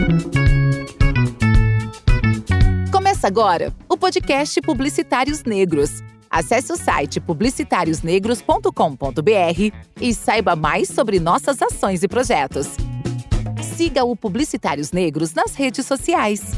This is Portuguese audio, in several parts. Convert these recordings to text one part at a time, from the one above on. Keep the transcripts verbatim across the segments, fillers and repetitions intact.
Começa agora o podcast Publicitários Negros. Acesse o site publicitários negros ponto com ponto b r e saiba mais sobre nossas ações e projetos. Siga o Publicitários Negros nas redes sociais.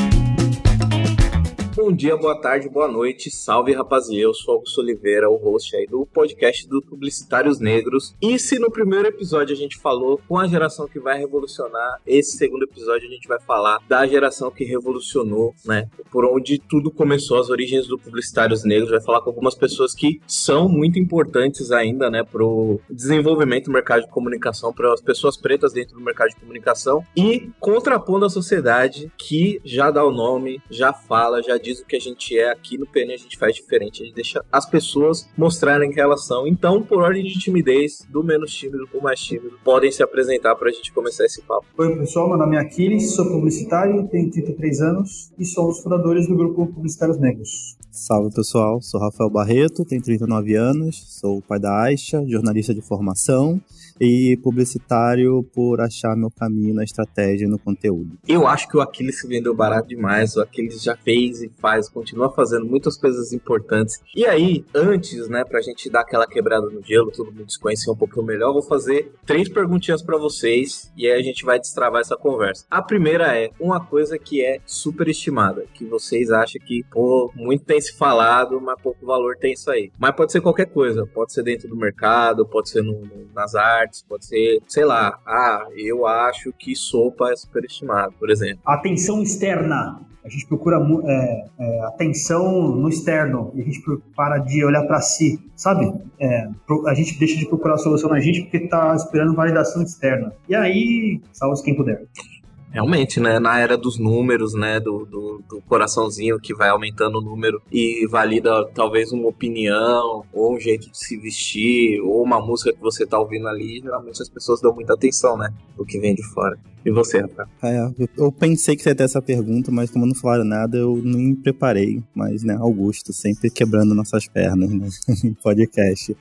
Bom dia, boa tarde, boa noite, salve rapaziada, eu sou Augusto Oliveira, o host aí do podcast do Publicitários Negros. E se no primeiro episódio a gente falou com a geração que vai revolucionar, esse segundo episódio a gente vai falar da geração que revolucionou, né? Por onde tudo começou, as origens do Publicitários Negros. Vai falar com algumas pessoas que são muito importantes ainda, né, pro desenvolvimento do mercado de comunicação, para as pessoas pretas dentro do mercado de comunicação, e contrapondo a sociedade que já dá o nome, já fala, já diz o que a gente é. Aqui no P N a gente faz diferente, a gente deixa as pessoas mostrarem que elas são. Então, por ordem de timidez, do menos tímido pro mais tímido, podem se apresentar pra gente começar esse papo. Oi pessoal, meu nome é Aquiles, sou publicitário, tenho trinta e três anos e sou um dos fundadores do grupo Publicitários Negros. Salve pessoal, sou Rafael Barreto, tenho trinta e nove anos, sou o pai da Aisha, jornalista de formação e publicitário por achar meu caminho na estratégia e no conteúdo. Eu acho que o Aquiles se vendeu barato demais, o Aquiles já fez e faz, continua fazendo muitas coisas importantes. E aí, antes, né, pra gente dar aquela quebrada no gelo, todo mundo se conhecer um pouquinho melhor, eu vou fazer três perguntinhas pra vocês e aí a gente vai destravar essa conversa. A primeira é uma coisa que é superestimada, que vocês acham que, pô, muito tem se falado, mas pouco valor tem isso aí. Mas pode ser qualquer coisa, pode ser dentro do mercado, pode ser no, no, nas artes, pode ser, sei lá, ah, eu acho que sopa é superestimado, por exemplo. Atenção externa. A gente procura é, é, atenção no externo e a gente para de olhar para si, sabe? É, a gente deixa de procurar a solução na gente porque tá esperando validação externa. E aí, salve quem puder. Realmente, né, na era dos números, né, do, do, do coraçãozinho que vai aumentando o número e valida talvez uma opinião, ou um jeito de se vestir, ou uma música que você tá ouvindo ali, geralmente as pessoas dão muita atenção, né, do que vem de fora. E você, Rafael? É, eu, eu pensei que você ia ter essa pergunta, mas como não falaram nada, eu nem me preparei. Mas, né, Augusto, sempre quebrando nossas pernas, né, em podcast.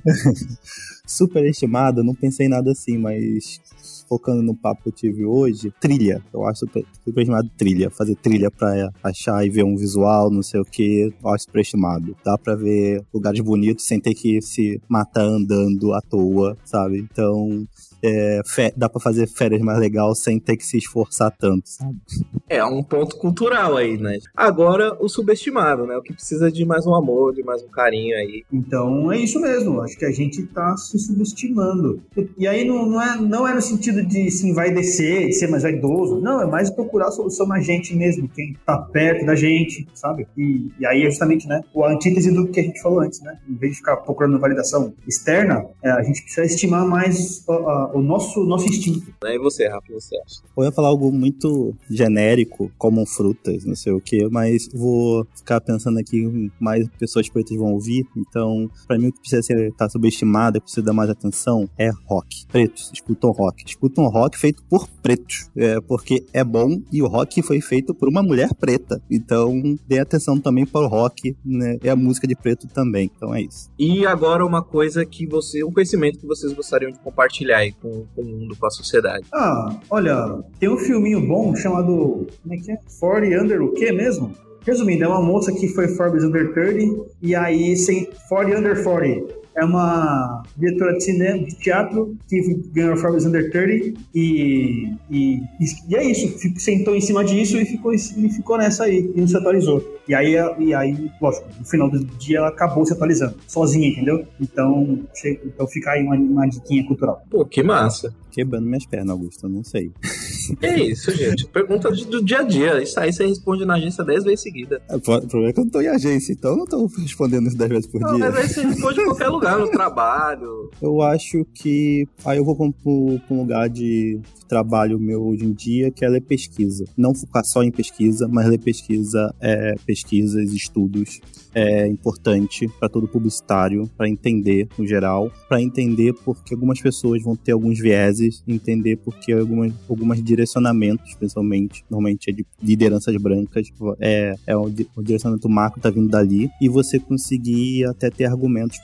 Superestimado, não pensei em nada assim, mas focando no papo que eu tive hoje, trilha. Eu acho superestimado trilha. Fazer trilha pra achar e ver um visual, não sei o que, eu acho superestimado. Dá pra ver lugares bonitos sem ter que se matar andando à toa, sabe? Então, é, fe- dá pra fazer férias mais legal sem ter que se esforçar tanto, sabe? É um ponto cultural aí, né? Agora, o subestimado, né? O que precisa de mais um amor, de mais um carinho aí. Então, é isso mesmo. Acho que a gente tá se subestimando. E aí não, não, é, não é no sentido de se envaidecer, de ser mais vaidoso. Não, é mais procurar a solução na gente mesmo, quem tá perto da gente, sabe? E, e aí é justamente, né, a antítese do que a gente falou antes, né? Em vez de ficar procurando validação externa, é, a gente precisa estimar mais o, a, o nosso, nosso instinto. E você, Rafa, o que você acha? Eu ia falar algo muito genérico, como frutas, não sei o que, mas vou ficar pensando aqui, mais pessoas pretas vão ouvir, então, pra mim o que precisa ser, tá subestimado, que precisa dar mais atenção, é rock. Pretos, escutam rock. Escutam um rock feito por pretos, é, porque é bom e o rock foi feito por uma mulher preta, então dê atenção também para o rock, né? É a música de preto também, então é isso. E agora uma coisa que você, um conhecimento que vocês gostariam de compartilhar aí com, com o mundo, com a sociedade. Ah, olha, tem um filminho bom chamado, como é que é? quarenta Under o quê mesmo? Resumindo, é uma moça que foi Forbes Under trinta e aí sem quarenta Under quarenta. É uma diretora de cinema, de teatro, que ganhou Forbes Under trinta e, e, e é isso, sentou em cima disso e ficou, e ficou nessa aí, e não se atualizou. E aí, e aí, lógico, no final do dia ela acabou se atualizando, sozinha, entendeu? Então, então fica aí uma, uma diquinha cultural. Pô, que massa. Quebrando minhas pernas, Augusto, eu não sei. Que isso, gente? Pergunta do dia a dia. Isso aí você responde na agência dez vezes seguida. O problema é que eu não tô em agência, então eu não tô respondendo isso dez vezes por não, dia. Mas aí você responde em qualquer lugar, no trabalho. Eu acho que... Aí eu vou pra um lugar de trabalho meu hoje em dia, que é ler pesquisa. Não focar só em pesquisa, mas ler pesquisa, é, pesquisas, estudos. É importante para todo publicitário, para entender no geral, para entender porque algumas pessoas vão ter alguns vieses, entender porque algumas, algumas direcionamentos, principalmente, normalmente é de lideranças brancas, é, é o, o direcionamento macro tá vindo dali, e você conseguir até ter argumentos para combater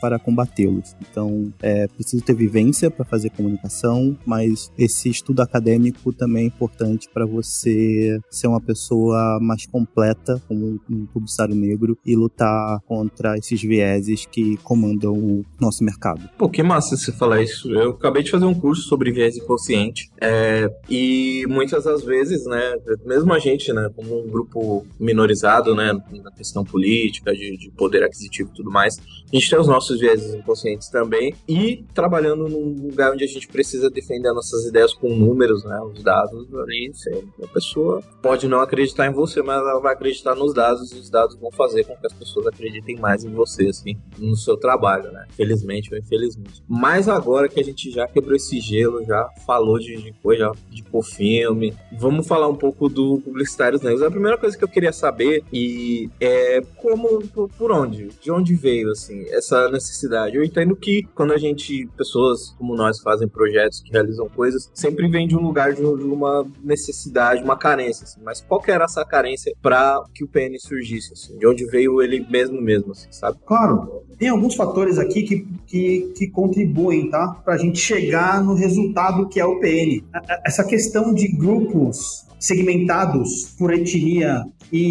combatê-los. Então, é preciso ter vivência para fazer comunicação, mas esse estudo acadêmico também é importante para você ser uma pessoa mais completa como um publicitário negro e lutar contra esses vieses que comandam o nosso mercado. Pô, que massa você falar isso. Eu acabei de fazer um curso sobre viés inconsciente é, e muitas das vezes, né, mesmo a gente, né, como um grupo minorizado, né, na questão política, de, de poder aquisitivo e tudo mais, a gente tem os nossos viés inconscientes também e trabalhando num lugar onde a gente precisa defender nossas ideias com números, né, os dados ali, a pessoa pode não acreditar em você, mas ela vai acreditar nos dados e os dados vão fazer com que as pessoas acreditem mais em você, assim, no seu trabalho, né, felizmente ou infelizmente. Mas agora que a gente já quebrou esse gelo, já falou de, de coisa, de pôr filme, vamos falar um pouco do Publicitários Negros. A primeira coisa que eu queria saber e é como, por, por onde, de onde veio, assim, essa necessidade. Eu entendo que quando a gente, pessoas como nós fazem projetos que realizam coisas, sempre vem de um lugar de uma necessidade, uma carência, assim, mas qual que era essa carência para que o P N surgisse, assim, de onde veio ele mesmo mesmo, assim, sabe? Claro, tem alguns fatores aqui que, que, que contribuem, tá, pra gente chegar no resultado que é o P N. Essa questão de grupos segmentados por etnia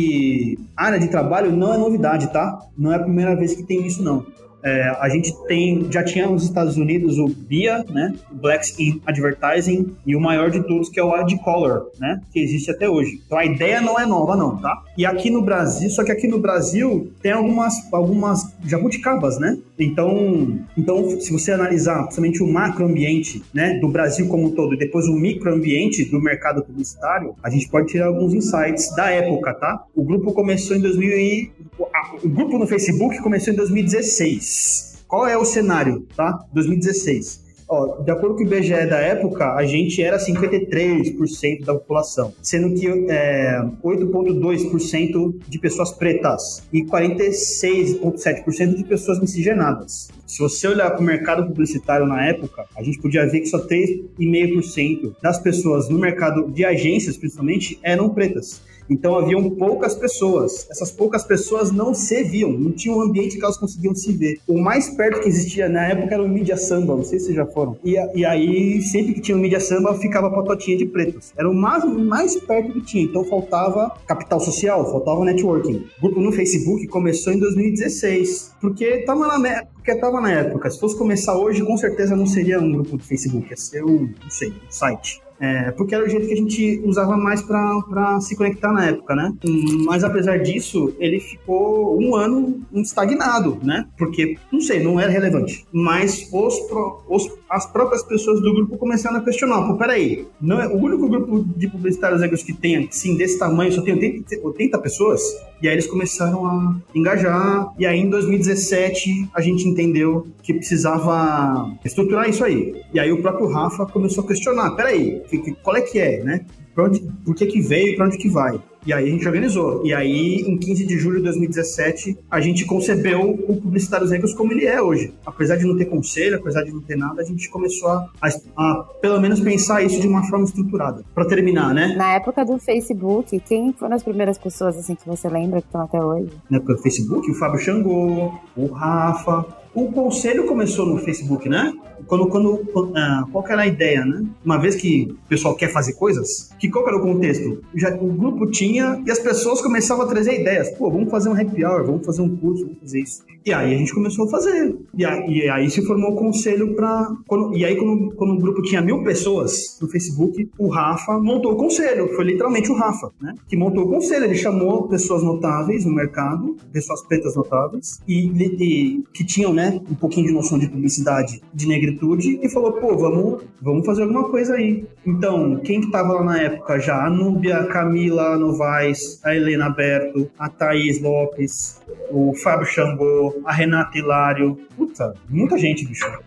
e área de trabalho não é novidade, tá? Não é a primeira vez que tem isso, não. É, a gente tem, já tinha nos Estados Unidos o B I A, né, o Blacks in Advertising, e o maior de todos que é o Adcolor, né, que existe até hoje. Então a ideia não é nova não, tá? E aqui no Brasil, só que aqui no Brasil tem algumas, algumas jabuticabas, né? Então, então se você analisar principalmente o macroambiente, né, do Brasil como um todo e depois o microambiente do mercado publicitário, a gente pode tirar alguns insights da época, tá? O grupo começou em dois mil e... O grupo no Facebook começou em dois mil e dezesseis. Qual é o cenário, tá? dois mil e dezesseis. Ó, de acordo com o I B G E da época, a gente era cinquenta e três por cento da população, sendo que é, oito vírgula dois por cento de pessoas pretas e quarenta e seis vírgula sete por cento de pessoas miscigenadas. Se você olhar para o mercado publicitário na época, a gente podia ver que só três vírgula cinco por cento das pessoas no mercado de agências, principalmente, eram pretas. Então haviam poucas pessoas. Essas poucas pessoas não se viam, não tinha um ambiente que elas conseguiam se ver. O mais perto que existia na época era o Mídia Samba, não sei se vocês já foram. E, e aí, sempre que tinha o Mídia Samba, ficava a patotinha de pretos. Era o mais, mais perto que tinha. Então faltava capital social, faltava networking. O grupo no Facebook começou em dois mil e dezesseis, porque estava na, porque tava na época. Se fosse começar hoje, com certeza não seria um grupo do Facebook, ia ser um, não sei, um site. É, porque era o jeito que a gente usava mais para se conectar na época, né? Mas apesar disso, ele ficou um ano estagnado, né? Porque, não sei, não era relevante. Mas os, os, as próprias pessoas do grupo começaram a questionar. Pô, peraí, não é o único grupo de publicitários negros que tem, assim, desse tamanho, só tem oitenta pessoas? E aí eles começaram a engajar. E aí em dois mil e dezessete a gente entendeu que precisava estruturar isso aí. E aí o próprio Rafa começou a questionar. Peraí, qual é que é, né? Pra onde, por que que veio e pra onde que vai? E aí a gente organizou. E aí, em quinze de julho de dois mil e dezessete, a gente concebeu o Publicitários Negros como ele é hoje. Apesar de não ter conselho, apesar de não ter nada, a gente começou a, a, a pelo menos, pensar isso de uma forma estruturada. Pra terminar, né? Na época do Facebook, quem foram as primeiras pessoas, assim, que você lembra que estão até hoje? Na época do Facebook, o Fábio Xangô, o Rafa... O conselho começou no Facebook, né? Quando, quando, uh, qual que era a ideia, né? Uma vez que o pessoal quer fazer coisas, que qual que era o contexto? Já, o grupo tinha e as pessoas começavam a trazer ideias. Pô, vamos fazer um happy hour, vamos fazer um curso, vamos fazer isso. E aí a gente começou a fazer. E aí, e aí se formou o conselho para... E aí quando, quando o grupo tinha mil pessoas no Facebook, o Rafa montou o conselho. Foi literalmente o Rafa, né? Que montou o conselho. Ele chamou pessoas notáveis no mercado, pessoas pretas notáveis, e, e que tinham, né, um pouquinho de noção de publicidade, de negritude, e falou, pô, vamos, vamos fazer alguma coisa aí. Então, quem que tava lá na época já? A Núbia, a Camila Novaes, a Helena Berto, a Thaís Lopes, o Fábio Xangô, a Renata Hilário. Puta, muita gente, bicho.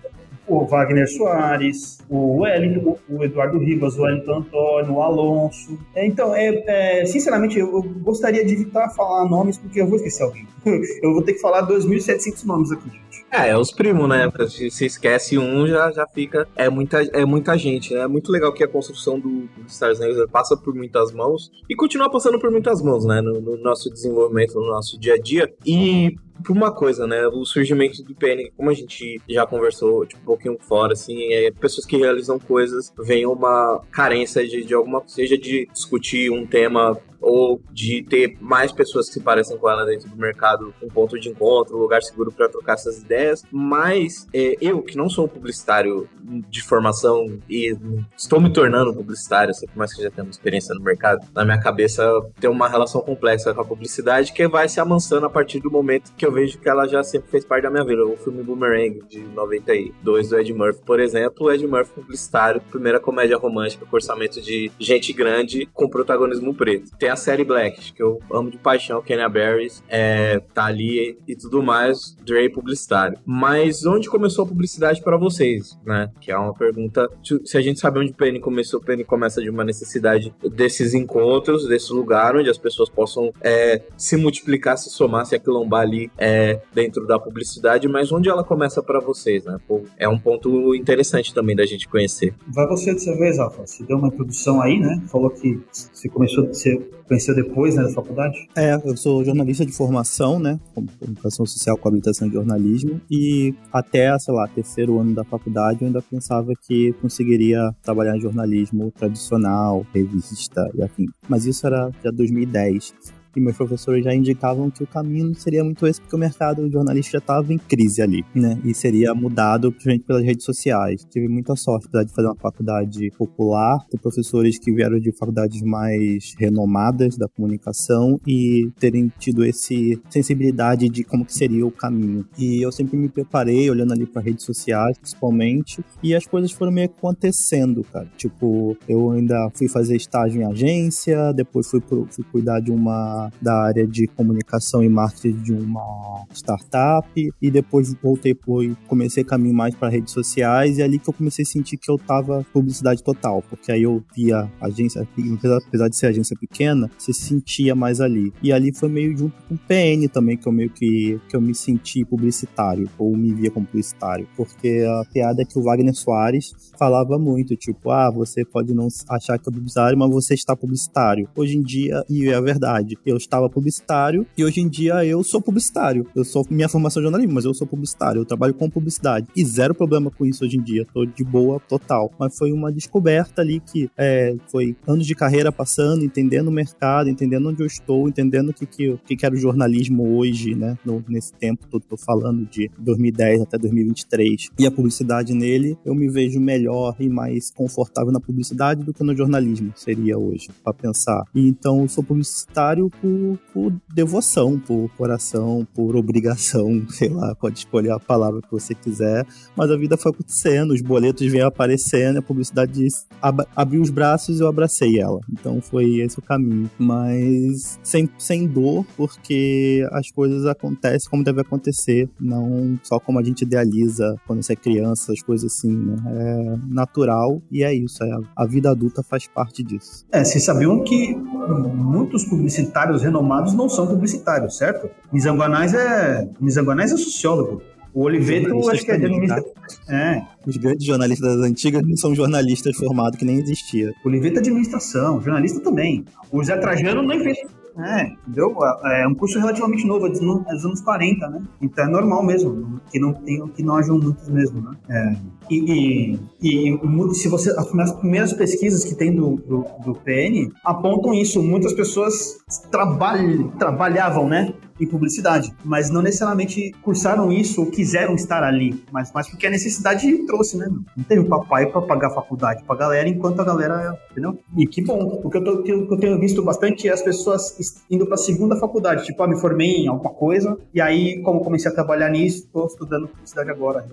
o Wagner Soares, o Wellington, o Eduardo Ribas, o Wellington Antônio, o Alonso. Então, é, é, sinceramente, eu, eu gostaria de evitar falar nomes, porque eu vou esquecer alguém. Eu vou ter que falar dois mil e setecentos nomes aqui, gente. É, é os primos, né? Se, se esquece um, já, já fica... É muita, é muita gente, né? É muito legal que a construção do, do Stars Negros passa por muitas mãos e continua passando por muitas mãos, né? No, no nosso desenvolvimento, no nosso dia a dia. E... por uma coisa, né, o surgimento do P N, como a gente já conversou tipo, um pouquinho fora, assim, é, pessoas que realizam coisas, vem uma carência de, de alguma, seja de discutir um tema ou de ter mais pessoas que se parecem com ela dentro do mercado, um ponto de encontro, um lugar seguro para trocar essas ideias, mas é, eu, que não sou um publicitário de formação e estou me tornando publicitário, sei que mais que já tenho experiência no mercado, na minha cabeça tem uma relação complexa com a publicidade que vai se amansando a partir do momento que eu vejo que ela já sempre fez parte da minha vida. O filme Boomerang, de noventa e dois, do Ed Murphy, por exemplo, o Ed Murphy publicitário, primeira comédia romântica com orçamento de gente grande com protagonismo preto. Tem a série Black, que eu amo de paixão, Kenya Barris, é, tá ali e tudo mais, Dre publicitário. Mas onde começou a publicidade para vocês, né? Que é uma pergunta, se a gente sabe onde o P N começou, o P N começa de uma necessidade desses encontros, desse lugar onde as pessoas possam é, se multiplicar, se somar, se aquilombar ali é, dentro da publicidade, mas onde ela começa para vocês, né? Pô, é um ponto interessante também da gente conhecer. Vai você dessa vez, Alfa. Você deu uma introdução aí, né? Falou que você começou, você conheceu depois, né, da faculdade? É, eu sou jornalista de formação, né? Comunicação social com habilitação de jornalismo, e até, sei lá, terceiro ano da faculdade eu ainda pensava que conseguiria trabalhar em jornalismo tradicional, revista e afim. Mas isso era já dois mil e dez. E meus professores já indicavam que o caminho seria muito esse, porque o mercado jornalístico já estava em crise ali, né? E seria mudado, principalmente pelas redes sociais. Tive muita sorte de fazer uma faculdade popular, com professores que vieram de faculdades mais renomadas da comunicação e terem tido essa sensibilidade de como que seria o caminho. E eu sempre me preparei, olhando ali para redes sociais, principalmente, e as coisas foram meio que acontecendo, cara. Tipo, eu ainda fui fazer estágio em agência, depois fui, pro, fui cuidar de uma da área de comunicação e marketing de uma startup, e depois voltei e comecei a caminhar mais para redes sociais, e é ali que eu comecei a sentir que eu tava publicidade total, porque aí eu via agência, apesar de ser agência pequena, se sentia mais ali. E ali foi meio junto com o P N também, que eu meio que, que eu me senti publicitário, ou me via como publicitário, porque a piada é que o Wagner Soares falava muito, tipo, ah, você pode não achar que é publicitário, mas você está publicitário. Hoje em dia, e é a verdade, eu estava publicitário e hoje em dia eu sou publicitário. Eu sou minha formação de jornalismo, mas eu sou publicitário. Eu trabalho com publicidade e zero problema com isso hoje em dia. Tô de boa total. Mas foi uma descoberta ali que é, foi anos de carreira passando, entendendo o mercado, entendendo onde eu estou, entendendo o que, que, que, que era o jornalismo hoje, né? No, nesse tempo todo, tô falando de dois mil e dez até dois mil e vinte e três. E a publicidade nele, eu me vejo melhor e mais confortável na publicidade do que no jornalismo, seria hoje, para pensar. E então eu sou publicitário Por, por devoção, por coração, por obrigação, sei lá, pode escolher a palavra que você quiser, mas a vida foi acontecendo, os boletos vêm aparecendo, a publicidade ab- abriu os braços e eu abracei ela, então foi esse o caminho, mas sem, sem dor, porque as coisas acontecem como deve acontecer, não só como a gente idealiza quando você é criança, as coisas assim, né? É natural e é isso, é, a vida adulta faz parte disso. É, vocês sabiam que muitos publicitários renomados não são publicitários, certo? Mizanguanais é, Mizanguanais é sociólogo. O Oliveto, acho que é administrador. É. Os grandes jornalistas das antigas não são jornalistas formados, que nem existia. O Oliveto é administração, jornalista também. O Zé Trajano nem fez. É, entendeu? É um curso relativamente novo, é dos anos quarenta, né? Então é normal mesmo, que não, tem, que não hajam muitos mesmo, né? É. E, e, e se você, as primeiras pesquisas que tem do, do, do P N apontam isso, muitas pessoas trabalh, trabalhavam, né, em publicidade, mas não necessariamente cursaram isso ou quiseram estar ali, mas, mas porque a necessidade trouxe, né? Não teve o papai para pagar a faculdade pra galera, enquanto a galera, entendeu? E que bom, porque eu tô, que eu tenho visto bastante as pessoas indo pra segunda faculdade, tipo, ah, me formei em alguma coisa, e aí, como comecei a trabalhar nisso, tô estudando publicidade agora.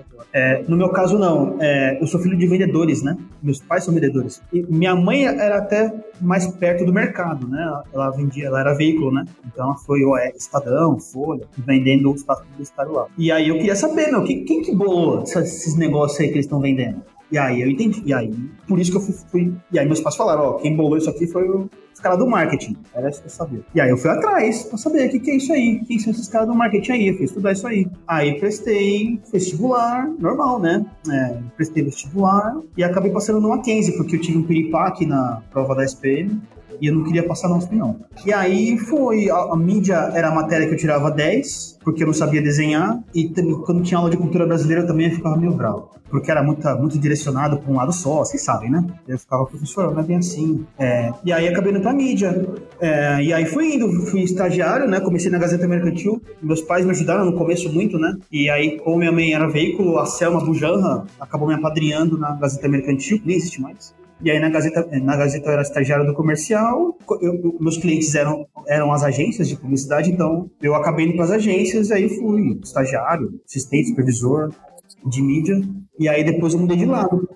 É, no meu caso, não. É, eu sou filho de vendedores, né? Meus pais são vendedores. E minha mãe era até mais perto do mercado, né? Ela vendia, ela era veículo, né? Então ela foi o é, Estadão, Folha, vendendo o espaço publicitário lá. E aí eu queria saber, meu, quem, quem que bolou esses negócios aí que eles estão vendendo? E aí eu entendi. E aí, por isso que eu fui. fui e aí meus pais falaram, ó, quem bolou isso aqui foi o, os caras do marketing. Era isso que eu sabia. E aí eu fui atrás pra saber o que, que é isso aí. Quem são esses caras do marketing aí? Eu fui estudar isso aí. Aí prestei vestibular, normal, né? É, prestei vestibular e acabei passando no Mackenzie, porque eu tive um piripaque na prova da S P M. E eu não queria passar na U S P, não. E aí foi, a, a mídia era a matéria que eu tirava dez, porque eu não sabia desenhar, e também, quando tinha aula de cultura brasileira eu também ficava meio bravo, porque era muito, muito direcionado para um lado só, vocês sabem, né? Eu ficava, professor, não é bem assim. É, e aí acabei indo pra mídia. É, e aí fui indo, fui estagiário, né? Comecei na Gazeta Mercantil, meus pais me ajudaram no começo muito, né? E aí, como minha mãe era veículo, a Selma Bujanra acabou me apadrinhando na Gazeta Mercantil, nem existe mais. E aí na Gazeta, na Gazeta eu era estagiário do comercial, eu, meus clientes eram, eram as agências de publicidade, então eu acabei indo para as agências, aí fui estagiário, assistente, supervisor de mídia, e aí depois eu mudei de lado.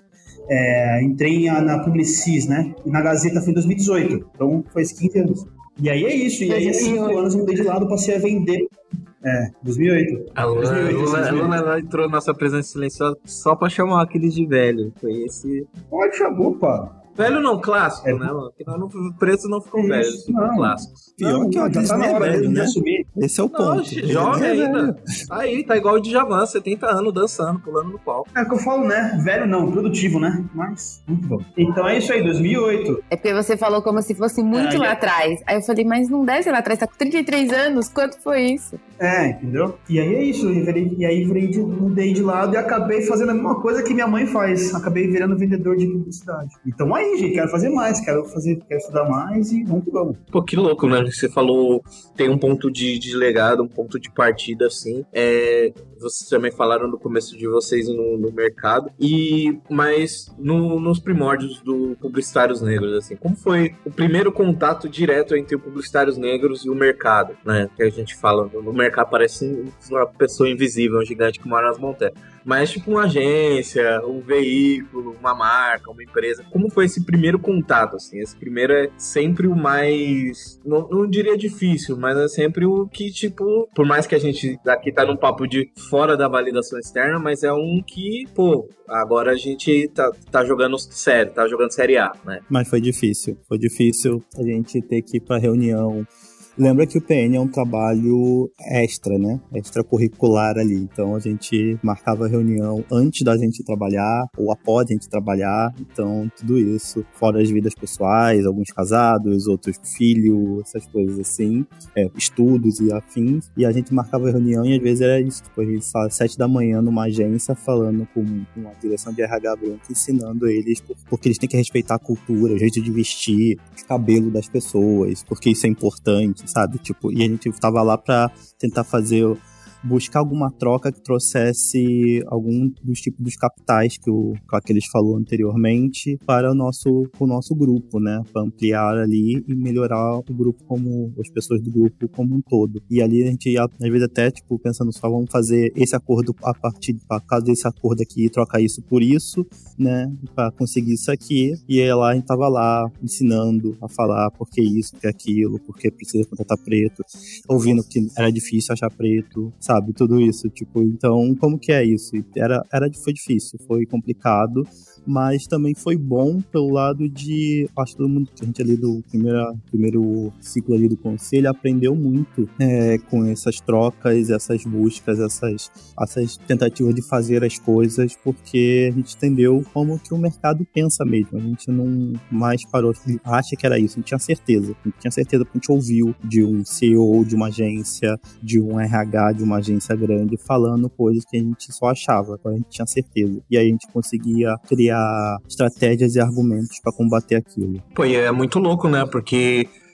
É, entrei na Publicis, né? E na Gazeta foi em dois mil e dezoito, então foi quinze anos. E aí é isso, e aí há cinco anos eu mudei de lado, passei a vender. É, dois mil e oito. A Luna, dois mil e oito, Luna, Luna, Luna entrou na nossa presença silenciosa só pra chamar aqueles de velho. Foi esse. Pode chamar, pá. Velho não, clássico, é. né, mano? Porque não, preços não ficam velhos, ficam clássicos. Pior que aqueles tá não é velho, né? Assumir. Esse é o ponto. Não, jovem é ainda. velho. Aí, tá igual o Djavan, setenta anos, dançando, pulando no palco. É o que eu falo, né? Velho não, produtivo, né? Mas, muito bom. Então é isso aí, dois mil e oito. É porque você falou como se fosse muito É, lá é. atrás. Aí eu falei, mas não deve ser lá atrás, tá com trinta e três anos, quanto foi isso? É, entendeu? E aí é isso, eu virei, e aí virei de, mudei de lado e acabei fazendo a mesma coisa que minha mãe faz. Acabei virando vendedor de publicidade. Então aí, gente, quero fazer mais, quero fazer, quero estudar mais e vamos que vamos. Pô, que louco, né? Você falou, tem um ponto de, de legado, um ponto de partida, assim. É, vocês também falaram no começo de vocês no, no mercado. E, mas no, nos primórdios do Publicitários Negros, assim, como foi o primeiro contato direto entre o Publicitários Negros e o mercado, né? Que a gente fala, no mercado parece uma pessoa invisível, um gigante que mora nas montanhas. Mas tipo uma agência, um veículo, uma marca, uma empresa. Como foi esse primeiro contato, assim? Esse primeiro é sempre o mais... Não, não diria difícil, mas é sempre o que, tipo... Por mais que a gente aqui tá num papo de fora da validação externa, mas é um que, pô, agora a gente tá, tá jogando sério, tá jogando Série A, né? Mas foi difícil. Foi difícil a gente ter que ir pra reunião. Lembra que o P N é um trabalho extra, né? Extracurricular ali. Então a gente marcava reunião antes da gente trabalhar ou após a gente trabalhar. Então tudo isso, fora as vidas pessoais, alguns casados, outros filhos, essas coisas assim, é, estudos e afins. E a gente marcava reunião e às vezes era isso. Tipo, a gente estava às sete da manhã numa agência falando com uma direção de R H branca, ensinando eles porque eles têm que respeitar a cultura, o jeito de vestir, o cabelo das pessoas, porque isso é importante, sabe? Tipo, e a gente tava lá pra tentar fazer, buscar alguma troca que trouxesse algum dos tipos dos capitais que o que eles falou anteriormente para o nosso, o nosso grupo, né? Para ampliar ali e melhorar o grupo como, as pessoas do grupo como um todo. E ali a gente ia, às vezes até, tipo, pensando só, vamos fazer esse acordo a partir, a causa desse acordo aqui, trocar isso por isso, né? Para conseguir isso aqui. E aí lá a gente tava lá ensinando a falar por que isso, por que aquilo, por que precisa contratar preto, ouvindo que era difícil achar preto, sabe? Sabe, tudo isso, tipo, então, como que é isso? Era, era, foi difícil, foi complicado, mas também foi bom pelo lado de, acho que todo mundo, a gente ali do primeira, primeiro ciclo ali do conselho aprendeu muito é, com essas trocas, essas buscas, essas, essas tentativas de fazer as coisas, porque a gente entendeu como que o mercado pensa mesmo, a gente não mais parou, acha que era isso, a gente tinha certeza, a gente tinha certeza porque a gente ouviu de um C E O de uma agência, de um R H de uma agência grande falando coisas que a gente só achava, agora a gente tinha certeza. E aí a gente conseguia criar estratégias e argumentos para combater aquilo. Pô, e é muito louco, né? Porque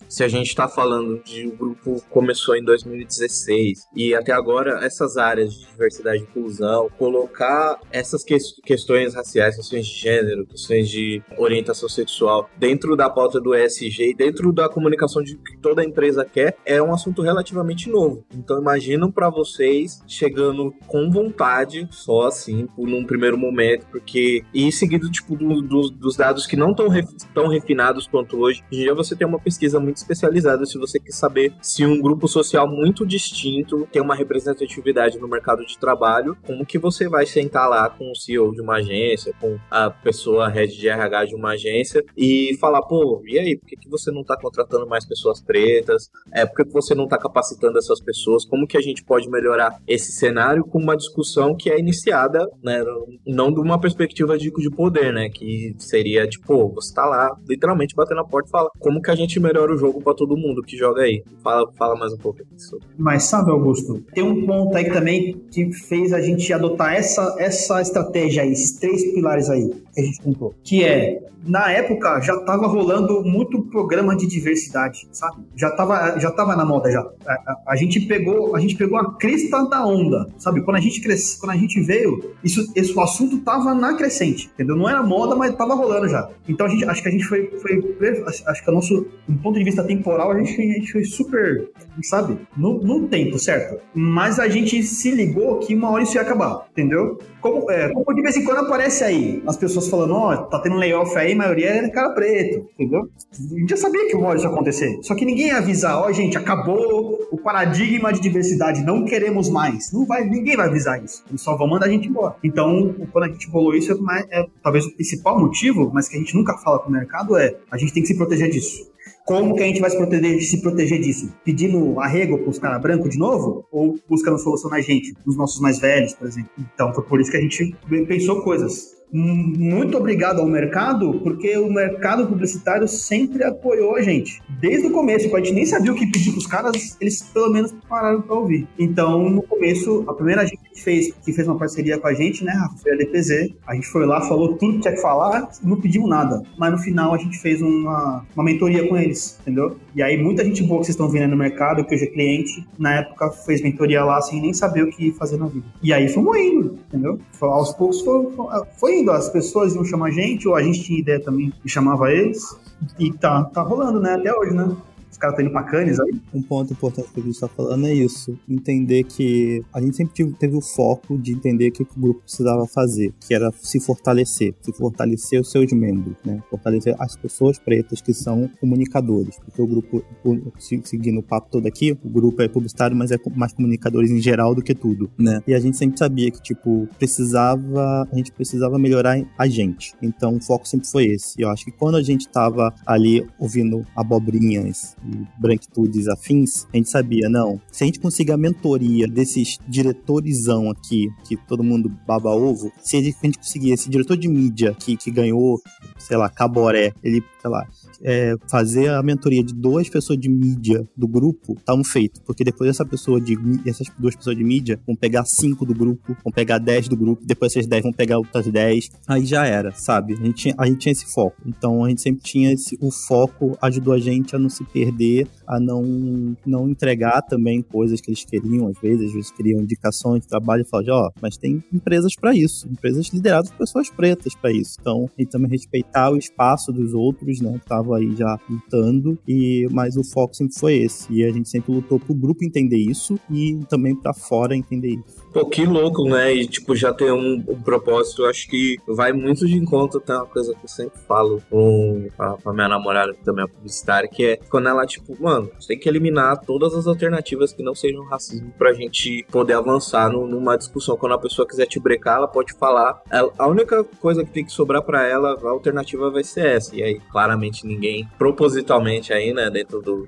se a gente tá falando de o grupo começou em dois mil e dezesseis e até agora essas áreas de diversidade e inclusão, colocar essas que- questões raciais, questões de gênero, questões de orientação sexual dentro da pauta do E S G e dentro da comunicação de que toda empresa quer, é um assunto relativamente novo. Então imaginam pra vocês chegando com vontade, só assim, por, num primeiro momento, porque e seguido tipo do, do, dos dados que não estão ref, tão refinados quanto hoje. Hoje em dia você tem uma pesquisa muito especializada se você quer saber se um grupo social muito distinto tem uma representatividade no mercado de trabalho, como que você vai sentar lá com o C E O de uma agência, com a pessoa head de R H de uma agência e falar, pô, e aí, por que, que você não está contratando mais pessoas pretas? É, por que, que você não está capacitando essas pessoas? Como que a gente pode melhorar esse cenário com uma discussão que é iniciada, né, não de uma perspectiva de, de poder, né, que seria, tipo, pô, você tá lá, literalmente batendo na porta e fala, como que a gente melhora o jogo pra todo mundo que joga aí? Fala, fala mais um pouco disso. Mas sabe, Augusto, tem um ponto aí também que fez a gente adotar essa, essa estratégia aí, esses três pilares aí que a gente contou, que é, na época já tava rolando muito programa de diversidade, sabe? Já tava, já tava na moda já. A, a, a gente pegou, a gente pegou a crista da onda, sabe? Quando a gente cresce, quando a gente veio, isso, esse o assunto tava na crescente, entendeu? Não era moda, mas tava rolando já. Então a gente, acho que a gente foi, foi acho que o nosso, do ponto de vista temporal, a gente, a gente foi super, sabe? No, no tempo, certo? Mas a gente se ligou que uma hora isso ia acabar, entendeu? Como, é, como de vez em quando aparece aí, as pessoas falando, ó, oh, tá tendo um layoff aí, a maioria é cara preto, entendeu? A gente já sabia que uma hora isso ia acontecer. Só que ninguém ia avisar, ó, oh, gente, acabou o paradigma de diversidade, não queremos mais. Não vai, ninguém vai avisar isso. Eles só vão mandar a gente embora. Então, quando a gente bolou isso, é, mais, é talvez o principal motivo, mas que a gente nunca fala pro mercado é, a gente tem que se proteger disso. Como que a gente vai se proteger, se proteger disso? Pedindo arrego para os caras brancos de novo? Ou buscando solução na gente, nos nossos mais velhos, por exemplo? Então, foi por isso que a gente pensou coisas. Muito obrigado ao mercado, porque o mercado publicitário sempre apoiou a gente. Desde o começo, a gente nem sabia o que pedir para os caras, eles pelo menos pararam para ouvir. Então, no começo, a primeira agência que fez, que fez uma parceria com a gente, né, Rafa, foi a D P Z. A gente foi lá, falou tudo que tinha que falar, não pedimos nada. Mas no final, a gente fez uma, uma mentoria com eles, entendeu? E aí, muita gente boa que vocês estão vendo aí no mercado, que hoje é cliente, na época fez mentoria lá sem nem saber o que fazer na vida. E aí, fomos indo, entendeu? Aos poucos, foi, foi indo. As pessoas iam chamar a gente, ou a gente tinha ideia também e chamava eles. E tá, tá rolando, né? Até hoje, né? Os caras estão indo pra Cannes aí. Um ponto importante que a gente está falando é isso. Entender que a gente sempre teve o foco de entender o que o grupo precisava fazer, que era se fortalecer, se fortalecer os seus membros, né? Fortalecer as pessoas pretas que são comunicadores. Porque o grupo, seguindo o papo todo aqui, o grupo é publicitário, mas é mais comunicadores em geral do que tudo, né? E a gente sempre sabia que, tipo, precisava, a gente precisava melhorar a gente. Então o foco sempre foi esse. E eu acho que quando a gente tava ali ouvindo abobrinhas e branquitudes afins, a gente sabia, não, se a gente conseguir a mentoria desses diretorzão aqui, que todo mundo baba ovo, se a gente conseguir esse diretor de mídia que, que ganhou, sei lá, Caboré, ele, sei lá, é, fazer a mentoria de duas pessoas de mídia do grupo, tá um feito, porque depois essa pessoa de, essas duas pessoas de mídia vão pegar cinco do grupo, vão pegar dez do grupo, depois essas dez vão pegar outras dez, aí já era, sabe? A gente tinha, a gente tinha esse foco, então a gente sempre tinha esse, o foco ajudou a gente a não se perder, a não, não entregar também coisas que eles queriam, às vezes, às vezes queriam indicações de trabalho e falavam, ó, oh, mas tem empresas pra isso, empresas lideradas por pessoas pretas pra isso, então a gente também respeitar o espaço dos outros, né, que estavam aí já lutando, e, mas o foco sempre foi esse, e a gente sempre lutou pro grupo entender isso e também pra fora entender isso. Pô, que louco, né, e tipo, já ter um, um propósito, eu acho que vai muito de encontro, tem uma coisa que eu sempre falo com a, com a minha namorada, que também é publicitária, que é quando ela, tipo, mano, você tem que eliminar todas as alternativas que não sejam racismo pra gente poder avançar no, numa discussão. Quando a pessoa quiser te brecar, ela pode falar. Ela, a única coisa que tem que sobrar pra ela, a alternativa vai ser essa. E aí, claramente, ninguém, propositalmente aí, né, dentro do, do,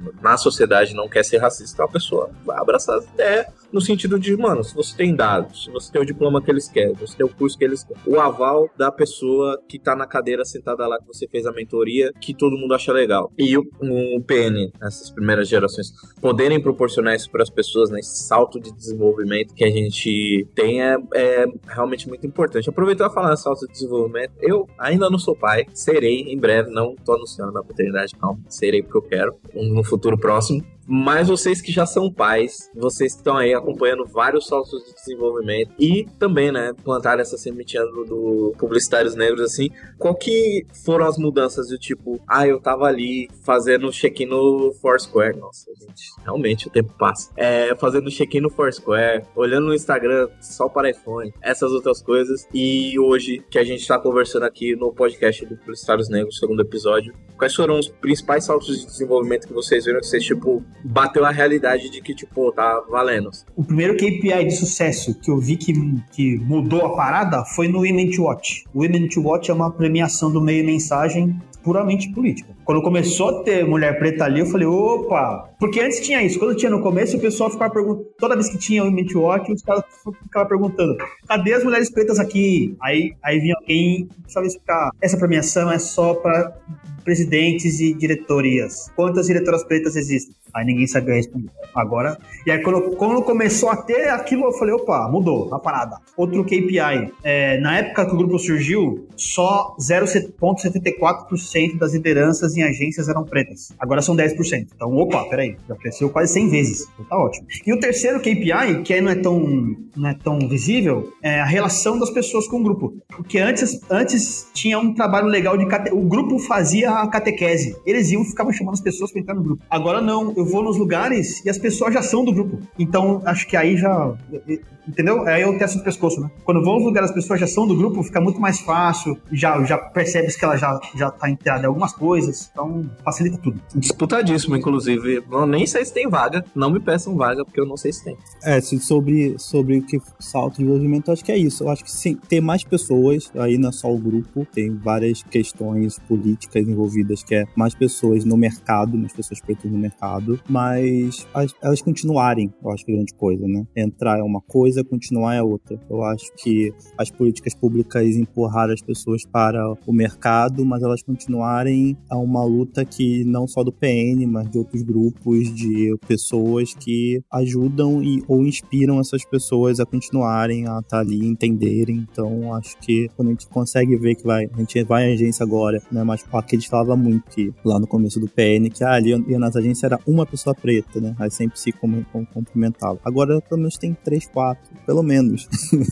na sociedade não quer ser racista, a pessoa vai abraçar as ideias no sentido de, mano, se você tem dados, se você tem o diploma que eles querem, se você tem o curso que eles querem, o aval da pessoa que tá na cadeira sentada lá que você fez a mentoria, que todo mundo acha legal. E o, o P N, essas primeiras gerações, poderem proporcionar isso para as pessoas, né, esse salto de desenvolvimento que a gente tem é, é realmente muito importante. Aproveitar para falar nesse salto de desenvolvimento, eu ainda não sou pai, serei em breve, não tô anunciando a paternidade, calma, serei porque eu quero, no futuro próximo. Mas vocês que já são pais, vocês que estão aí acompanhando vários saltos de desenvolvimento e também, né, plantaram essa sementinha do, do Publicitários Negros, assim, qual que foram as mudanças do tipo, ah, eu tava ali fazendo check-in no Foursquare, nossa, gente, realmente o tempo passa, é, fazendo check-in no Foursquare, olhando no Instagram só para iPhone, essas outras coisas, e hoje que a gente tá conversando aqui no podcast do Publicitários Negros, segundo episódio, quais foram os principais saltos de desenvolvimento que vocês viram que vocês, tipo, bateu a realidade de que, tipo, tá valendo? O primeiro K P I de sucesso que eu vi que, que mudou a parada foi no Women to Watch. O Women to Watch é uma premiação do meio mensagem puramente política. Quando começou a ter mulher preta ali, eu falei, opa! Porque antes tinha isso. Quando tinha no começo, o pessoal ficava perguntando, toda vez que tinha o Women to Watch, os caras ficavam perguntando, cadê as mulheres pretas aqui? Aí, aí vinha alguém e precisava explicar, essa premiação é só para presidentes e diretorias. Quantas diretoras pretas existem? Aí ninguém sabia responder. Agora, e aí quando, quando começou a ter aquilo, eu falei, opa, mudou a parada. Outro K P I, é, na época que o grupo surgiu, só zero vírgula setenta e quatro por cento das lideranças em agências eram pretas. Agora são dez por cento. Então, opa, peraí, já cresceu quase cem vezes. Então tá ótimo. E o terceiro K P I, que aí não é tão, não é tão visível, é a relação das pessoas com o grupo. Porque antes, antes tinha um trabalho legal de... Cate... O grupo fazia a catequese. Eles iam, ficavam chamando as pessoas para entrar no grupo. Agora não, eu vou nos lugares e as pessoas já são do grupo. Então, acho que aí já... Entendeu? Aí eu testo do pescoço, né? Quando eu vou nos lugares, as pessoas já são do grupo, fica muito mais fácil, já, já percebes que ela já, já tá inteirada em algumas coisas, então facilita tudo. Disputadíssimo, inclusive. Eu nem sei se tem vaga, não me peçam vaga, porque eu não sei se tem. É, sobre, sobre o que salto de desenvolvimento, eu acho que é isso. Eu acho que sim, ter mais pessoas, aí não é só o grupo, tem várias questões políticas envolvidas, que é mais pessoas no mercado, mais pessoas pretas no mercado, mas as, elas continuarem, eu acho que é grande coisa, né? Entrar é uma coisa, continuar é outra. Eu acho que as políticas públicas empurraram as pessoas para o mercado, mas elas continuarem a uma luta que não só do P N, mas de outros grupos de pessoas que ajudam e, ou inspiram essas pessoas a continuarem a estar ali, entenderem. Então, acho que quando a gente consegue ver que vai, a gente vai à agência agora, né? Mas aqui eles falavam muito que lá no começo do P N, que ah, ali ia nas agências era uma pessoa preta, né? Aí sempre se cumprimentava. Agora, pelo menos tem três, quatro, pelo menos,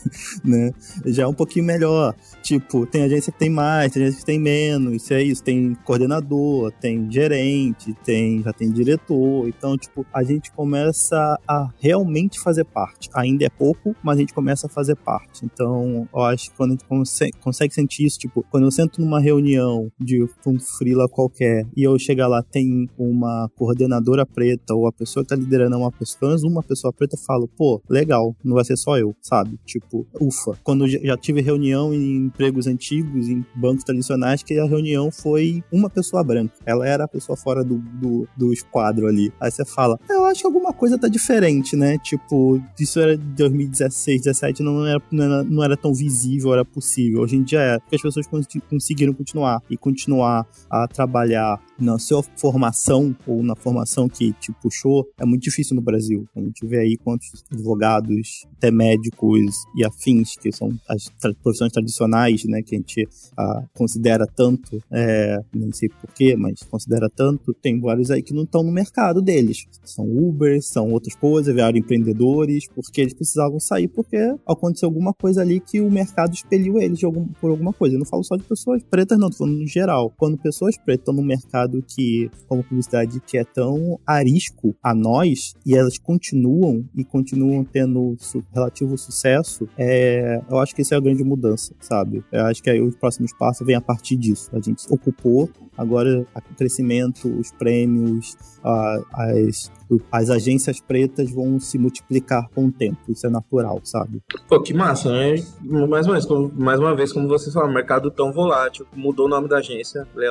né? Já é um pouquinho melhor. Tipo, tem agência que tem mais, tem agência que tem menos, isso é isso. Tem coordenador, tem gerente, tem, já tem diretor. Então, tipo, a gente começa a realmente fazer parte. Ainda é pouco, mas a gente começa a fazer parte. Então, eu acho que quando a gente consegue, consegue sentir isso, tipo, quando eu sento numa reunião de um freela qualquer e eu chegar lá, tem uma coordenadora preta ou a pessoa que tá liderando uma pessoa, pelo menos uma pessoa preta, eu falo, pô, legal, não vai ser só eu, sabe? Tipo, ufa. Quando eu já tive reunião em empregos antigos, em bancos tradicionais, que a reunião foi uma pessoa branca. Ela era a pessoa fora do, do, do esquadro ali. Aí você fala, eu acho que alguma coisa tá diferente, né? Tipo, isso era de dois mil e dezesseis, dezessete, não era, não era, não era tão visível, era possível. Hoje em dia é, porque as pessoas conseguiram continuar e continuar a trabalhar na sua formação ou na formação que te puxou, é muito difícil no Brasil. A gente vê aí quantos advogados, até médicos e afins, que são as tra- profissões tradicionais, né, que a gente ah, considera tanto, é, nem sei porquê, mas considera tanto, tem vários aí que não estão no mercado deles. São Ubers, são outras coisas, vieram empreendedores, porque eles precisavam sair, porque aconteceu alguma coisa ali que o mercado expeliu eles de algum, por alguma coisa. Eu não falo só de pessoas pretas, não, tô falando no geral. Quando pessoas pretas estão no mercado que, como publicidade, que é tão arisco a nós, e elas continuam e continuam tendo su- relativo sucesso, é, eu acho que isso é a grande mudança, sabe? Eu acho que aí os próximos passos vêm a partir disso. A gente ocupou, agora o crescimento, os prêmios, a, as, as agências pretas vão se multiplicar com o tempo. Isso é natural, sabe? Pô, que massa, né? Mais uma vez, como, mais uma vez, como vocês falaram, mercado tão volátil, mudou o nome da agência,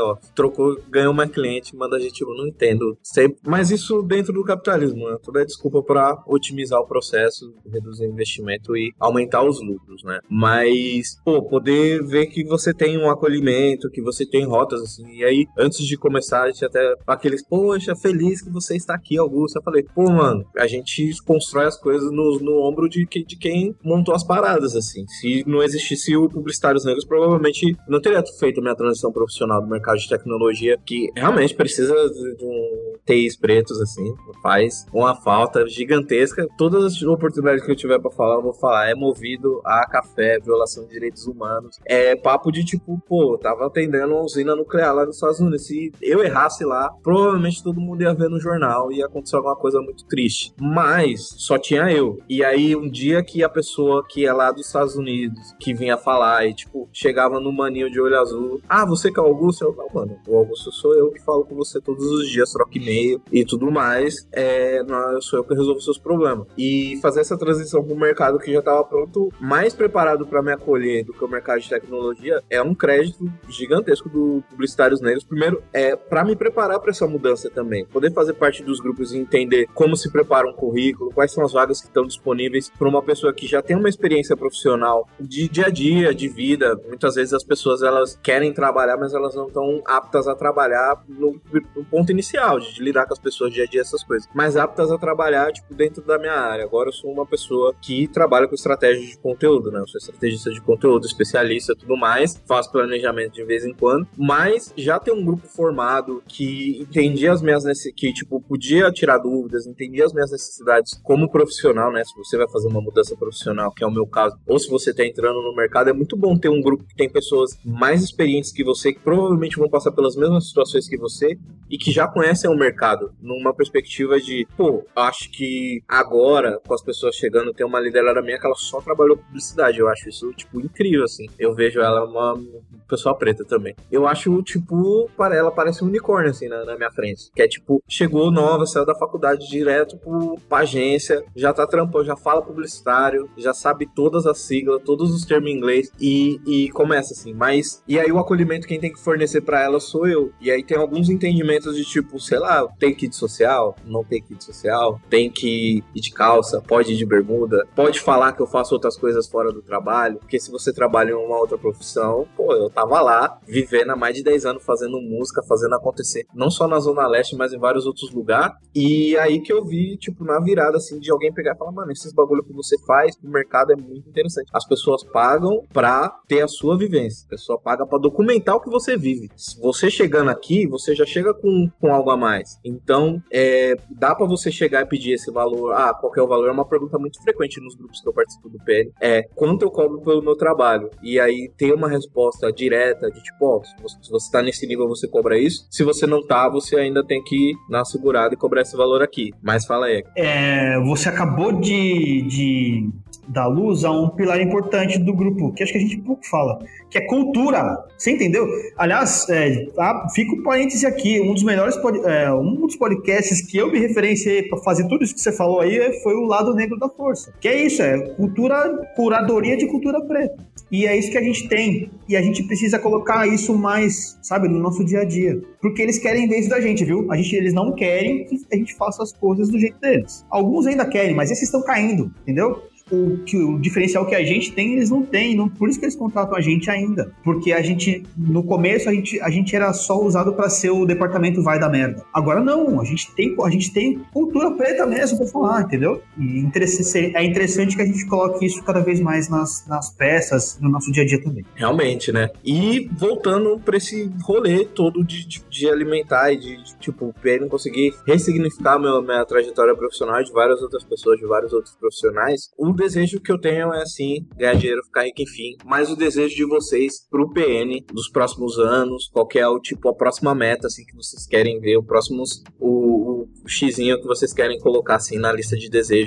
ó, trocou, ganhou uma cliente, manda a gente, eu não entendo. Sempre. Mas isso dentro do capitalismo, né? Toda é desculpa para otimizar o processo, reduzir o investimento e aumentar os lucros, né? Mas, pô, poder ver que você tem um acolhimento, que você tem rotas, assim, e aí, antes de começar, a gente até, aqueles, poxa, feliz que você está aqui, Augusto. Eu falei, pô, mano, a gente constrói as coisas no, no ombro de, de quem montou as paradas, assim. Se não existisse o Publicitários Negros, provavelmente não teria feito a minha transição profissional do mercado de tecnologia, que realmente precisa de um T Is pretos, assim, faz uma falta gigantesca. Todas as oportunidades que eu tiver pra falar, eu vou falar. É movido a café, violação de direitos humanos. É papo de tipo, pô, eu tava atendendo uma usina nuclear lá nos Estados Unidos. Se eu errasse lá, provavelmente todo mundo ia ver no jornal e ia acontecer alguma coisa muito triste. Mas só tinha eu. E aí, um dia que a pessoa que é lá dos Estados Unidos, que vinha falar e, tipo, chegava no maninho de olho azul, ah, você que é o Augusto? Eu, não, mano, o Augusto sou eu que falo com você todos os dias, troco e-mail e tudo mais. É, não, eu sou eu que resolvo seus problemas. E fazer essa transição pro mercado que já estava pronto, mais preparado para me acolher do que o mercado de tecnologia, é um crédito gigantesco do Publicitários Negros. Primeiro, é para me preparar para essa mudança também. Poder fazer parte dos grupos e entender como se prepara um currículo, quais são as vagas que estão disponíveis para uma pessoa que já tem uma experiência profissional de dia a dia, de vida. Muitas vezes as pessoas, elas querem trabalhar, mas elas não estão aptas a trabalhar no, no ponto inicial, de, de lidar com as pessoas dia a dia, essas coisas. Mas aptas a trabalhar, tipo, dentro da minha área. Agora eu sou uma pessoa que trabalha com estratégia de conteúdo, né? Eu sou estrategista de conteúdo, especialista e tudo mais, faço planejamento de vez em quando, mas já tem um grupo formado que entendia as minhas necessidades, que, tipo, podia tirar dúvidas, entendia as minhas necessidades como profissional, né? Se você vai fazer uma mudança profissional, que é o meu caso, ou se você tá entrando no mercado, é muito bom ter um grupo que tem pessoas mais experientes que você, que provavelmente vão passar pelas mesmas situações que você e que já conhecem o mercado, numa perspectiva de, pô, acho que agora, com as pessoas chegando, tem uma liderada minha que ela só trabalhou com publicidade. Eu acho isso, tipo, incrível, assim. Eu vejo ela uma pessoa preta também. Eu acho, tipo, para ela parece um unicórnio, assim, na, na minha frente. Que é, tipo, chegou nova, saiu da faculdade direto pro, pra agência, já tá trampando, já fala publicitário, já sabe todas as siglas, todos os termos em inglês e, e começa, assim. Mas, e aí o acolhimento quem tem que fornecer pra ela sou eu. E aí tem alguns entendimentos de, tipo, sei lá, tem kit social, não tem kit social, tem que ir de calça, pode ir de bermuda, pode falar que eu faço outras coisas fora do trabalho, porque se você trabalha em uma outra profissão, pô, eu tava lá, vivendo há mais de dez anos, fazendo música, fazendo acontecer, não só na Zona Leste, mas em vários outros lugares, e aí que eu vi, tipo, na virada, assim, de alguém pegar e falar, mano, esses bagulho que você faz pro mercado é muito interessante. As pessoas pagam pra ter a sua vivência, a pessoa paga pra documentar o que você vive. Se você chegando aqui, você já chega com, com algo a mais. Então, é, dá pra você chegar e pedir esse valor, ah, qual que é o valor? É uma pergunta muito frequente nos grupos que eu participo do P N, é, quanto eu cobro pelo meu trabalho? E aí tem uma resposta direta de tipo, ó, se você tá nesse nível, você cobra isso. Se você não tá, você ainda tem que ir na segurada e cobrar esse valor aqui. Mas fala aí. É, você acabou de, de dar luz a um pilar importante do grupo, que acho que a gente pouco fala, que é cultura. Você entendeu? Aliás, é, tá, fica um parêntese aqui, um dos melhores pod, é, um dos podcasts que eu me referenciei para fazer tudo isso que você falou aí foi o Lado Negro da Força. Que é isso, é cultura, curadoria de cultura preta. E é isso que a gente tem. E a gente precisa colocar isso mais, sabe, no nosso dia a dia. Porque eles querem ver isso da gente, viu? A gente, eles não querem que a gente faça as coisas do jeito deles. Alguns ainda querem, mas esses estão caindo, entendeu? O, que, o diferencial que a gente tem, eles não têm. Não, por isso que eles contratam a gente ainda. Porque a gente, no começo, a gente, a gente era só usado para ser o departamento vai da merda. Agora não, a gente tem, a gente tem cultura preta mesmo pra falar, entendeu? E interessante, é interessante que a gente coloque isso cada vez mais nas, nas peças, no nosso dia a dia também. Realmente, né? E voltando pra esse rolê todo de, de, de alimentar e de, de tipo, o P N conseguir ressignificar meu, minha trajetória profissional e de várias outras pessoas, de vários outros profissionais, o desejo que eu tenho é, assim, ganhar dinheiro, ficar rico, enfim. Mas o desejo de vocês pro P N dos próximos anos, qual que é o, tipo, a próxima meta, assim, que vocês querem ver, o próximo, o, o xizinho que vocês querem colocar, assim, na lista de desejos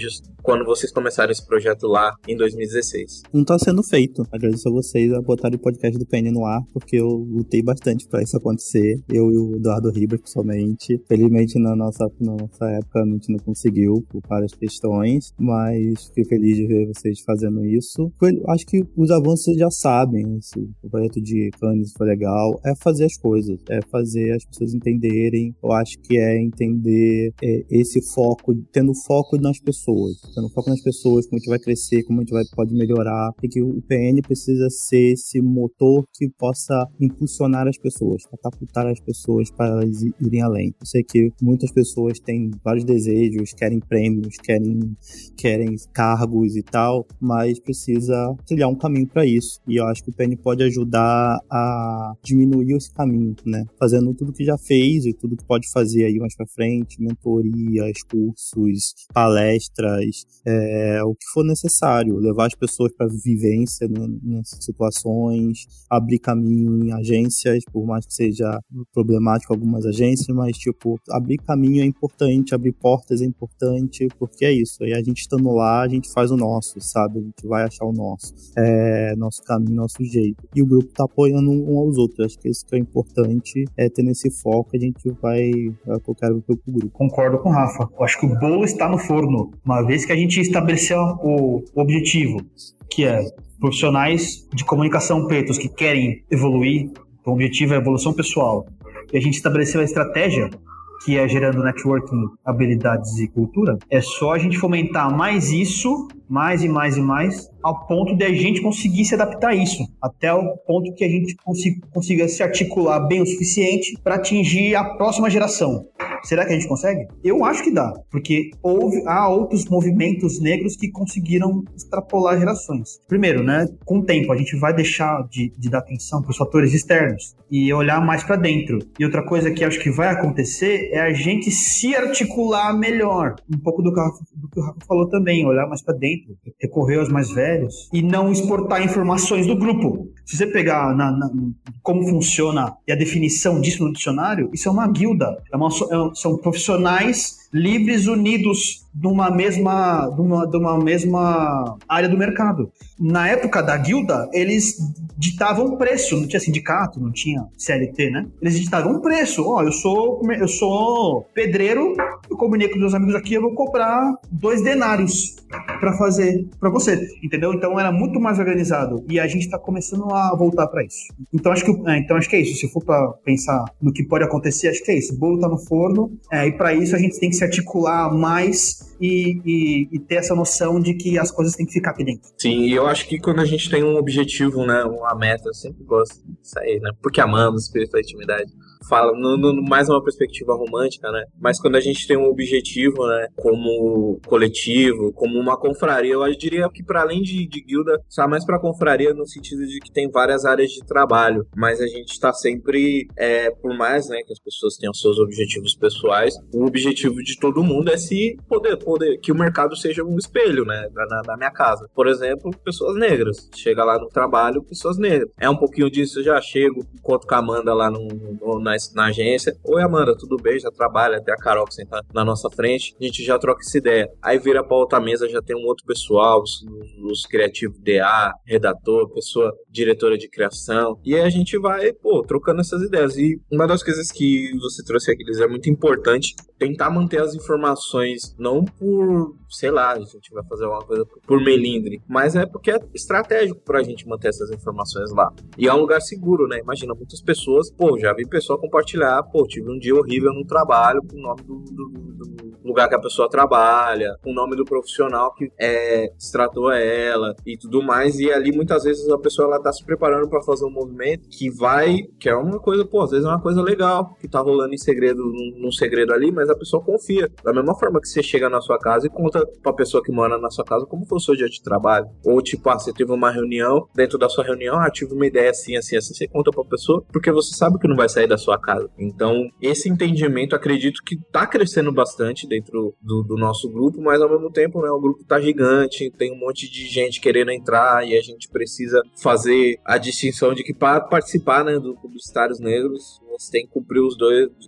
quando vocês começaram esse projeto lá em dois mil e dezesseis? Não tá sendo feito. Agradeço a vocês a botarem o podcast do P N no ar, porque eu lutei bastante pra isso acontecer. Eu e o Eduardo Ribeiro, pessoalmente. Felizmente, na nossa, na nossa época, a gente não conseguiu, por várias questões, mas fiquei feliz de ver vocês fazendo isso. Eu acho que os avanços vocês já sabem. Esse, o projeto de Cannes foi legal. É fazer as coisas, é fazer as pessoas entenderem. Eu acho que é entender é, esse foco, tendo foco nas pessoas, tendo foco nas pessoas, como a gente vai crescer, como a gente vai, pode melhorar, e que o P N precisa ser esse motor que possa impulsionar as pessoas, catapultar as pessoas para elas irem além. Eu sei que muitas pessoas têm vários desejos, querem prêmios, querem, querem cargos e tal, mas precisa trilhar um caminho para isso, e eu acho que o P N pode ajudar a diminuir esse caminho, né? Fazendo tudo que já fez e tudo que pode fazer aí mais pra frente, mentorias, cursos, palestras, é, o que for necessário, levar as pessoas para vivência nessas situações, abrir caminho em agências, por mais que seja problemático algumas agências, mas tipo, abrir caminho é importante, abrir portas é importante, porque é isso, aí a gente estando lá, a gente faz o nosso, sabe? A gente vai achar o nosso, é, nosso caminho, nosso jeito. E o grupo tá apoiando um aos outros, acho que isso que é importante, é ter nesse foco, a gente vai, vai colocar o grupo. Concordo com o Rafa. Eu acho que o bolo está no forno. Uma vez que a gente estabeleceu o objetivo, que é profissionais de comunicação pretos que querem evoluir, o objetivo é a evolução pessoal, e a gente estabeleceu a estratégia, que é gerando networking, habilidades e cultura, é só a gente fomentar mais isso, mais e mais e mais, ao ponto de a gente conseguir se adaptar a isso, até o ponto que a gente consiga, consiga se articular bem o suficiente para atingir a próxima geração. Será que a gente consegue? Eu acho que dá, porque houve, há outros movimentos negros que conseguiram extrapolar gerações. Primeiro, né, com o tempo, a gente vai deixar de, de dar atenção para os fatores externos e olhar mais para dentro. E outra coisa que acho que vai acontecer é a gente se articular melhor. Um pouco do que o Rafa, do que o Rafa falou também, olhar mais para dentro, recorrer aos mais velhos e não exportar informações do grupo. Se você pegar na, na, como funciona e a definição disso no dicionário, isso é uma guilda, é uma, é, são profissionais livres unidos numa mesma, numa, numa mesma área do mercado. Na época da guilda, eles ditavam preço, não tinha sindicato, não tinha C L T, né? Eles ditavam preço. Ó, oh, eu sou eu sou pedreiro, eu combinei com meus amigos aqui, eu vou cobrar dois denários para fazer para você, entendeu? Então era muito mais organizado e a gente tá começando a voltar para isso. Então acho que é, então acho que é isso. Se for para pensar no que pode acontecer, acho que é isso. O bolo tá no forno, é, e para isso a gente tem que se articular mais e, e, e ter essa noção de que as coisas têm que ficar aqui dentro. Sim, e eu acho que quando a gente tem um objetivo, né, uma meta, eu sempre gosto disso aí, né, porque amamos o espírito da intimidade. Fala, no, no, mais uma perspectiva romântica, né? Mas quando a gente tem um objetivo, né? Como coletivo, como uma confraria, eu diria que para além de, de guilda, só mais para confraria no sentido de que tem várias áreas de trabalho, mas a gente está sempre, é, por mais, né, que as pessoas tenham seus objetivos pessoais, o objetivo de todo mundo é se poder, poder que o mercado seja um espelho, né? Na, na minha casa. Por exemplo, pessoas negras. Chega lá no trabalho, pessoas negras. É um pouquinho disso, eu já chego, encontro com a Amanda lá no, no, na na agência. Oi, Amanda, tudo bem? Já trabalha, até a Carol que senta na nossa frente, a gente já troca essa ideia. Aí vira pra outra mesa, já tem um outro pessoal, os, os criativos D A, redator, pessoa diretora de criação, e aí a gente vai, pô, trocando essas ideias. E uma das coisas que você trouxe aqui, Liz, é muito importante tentar manter as informações, não por, sei lá, a gente vai fazer alguma coisa por melindre, mas é porque é estratégico pra gente manter essas informações lá. E é um lugar seguro, né? Imagina, muitas pessoas, pô, já vi pessoa compartilhar, pô, tive um dia horrível no trabalho, com o nome do, do, do lugar que a pessoa trabalha, com o nome do profissional que é, se tratou ela e tudo mais, e ali muitas vezes a pessoa ela tá se preparando para fazer um movimento que vai, que é uma coisa, pô, às vezes é uma coisa legal, que tá rolando em segredo, num, num segredo ali, mas a pessoa confia. Da mesma forma que você chega na sua casa e conta pra pessoa que mora na sua casa como foi o seu dia de trabalho, ou tipo, ah, você teve uma reunião, dentro da sua reunião, ah, tive uma ideia assim, assim, assim, você conta pra pessoa, porque você sabe que não vai sair da sua casa. Então, esse entendimento, acredito que tá crescendo bastante dentro do, do nosso grupo, mas ao mesmo tempo, né, o grupo tá gigante, tem um monte de gente querendo entrar e a gente precisa fazer a distinção de que para participar, né, do Publicitários Negros, você tem que cumprir os dois,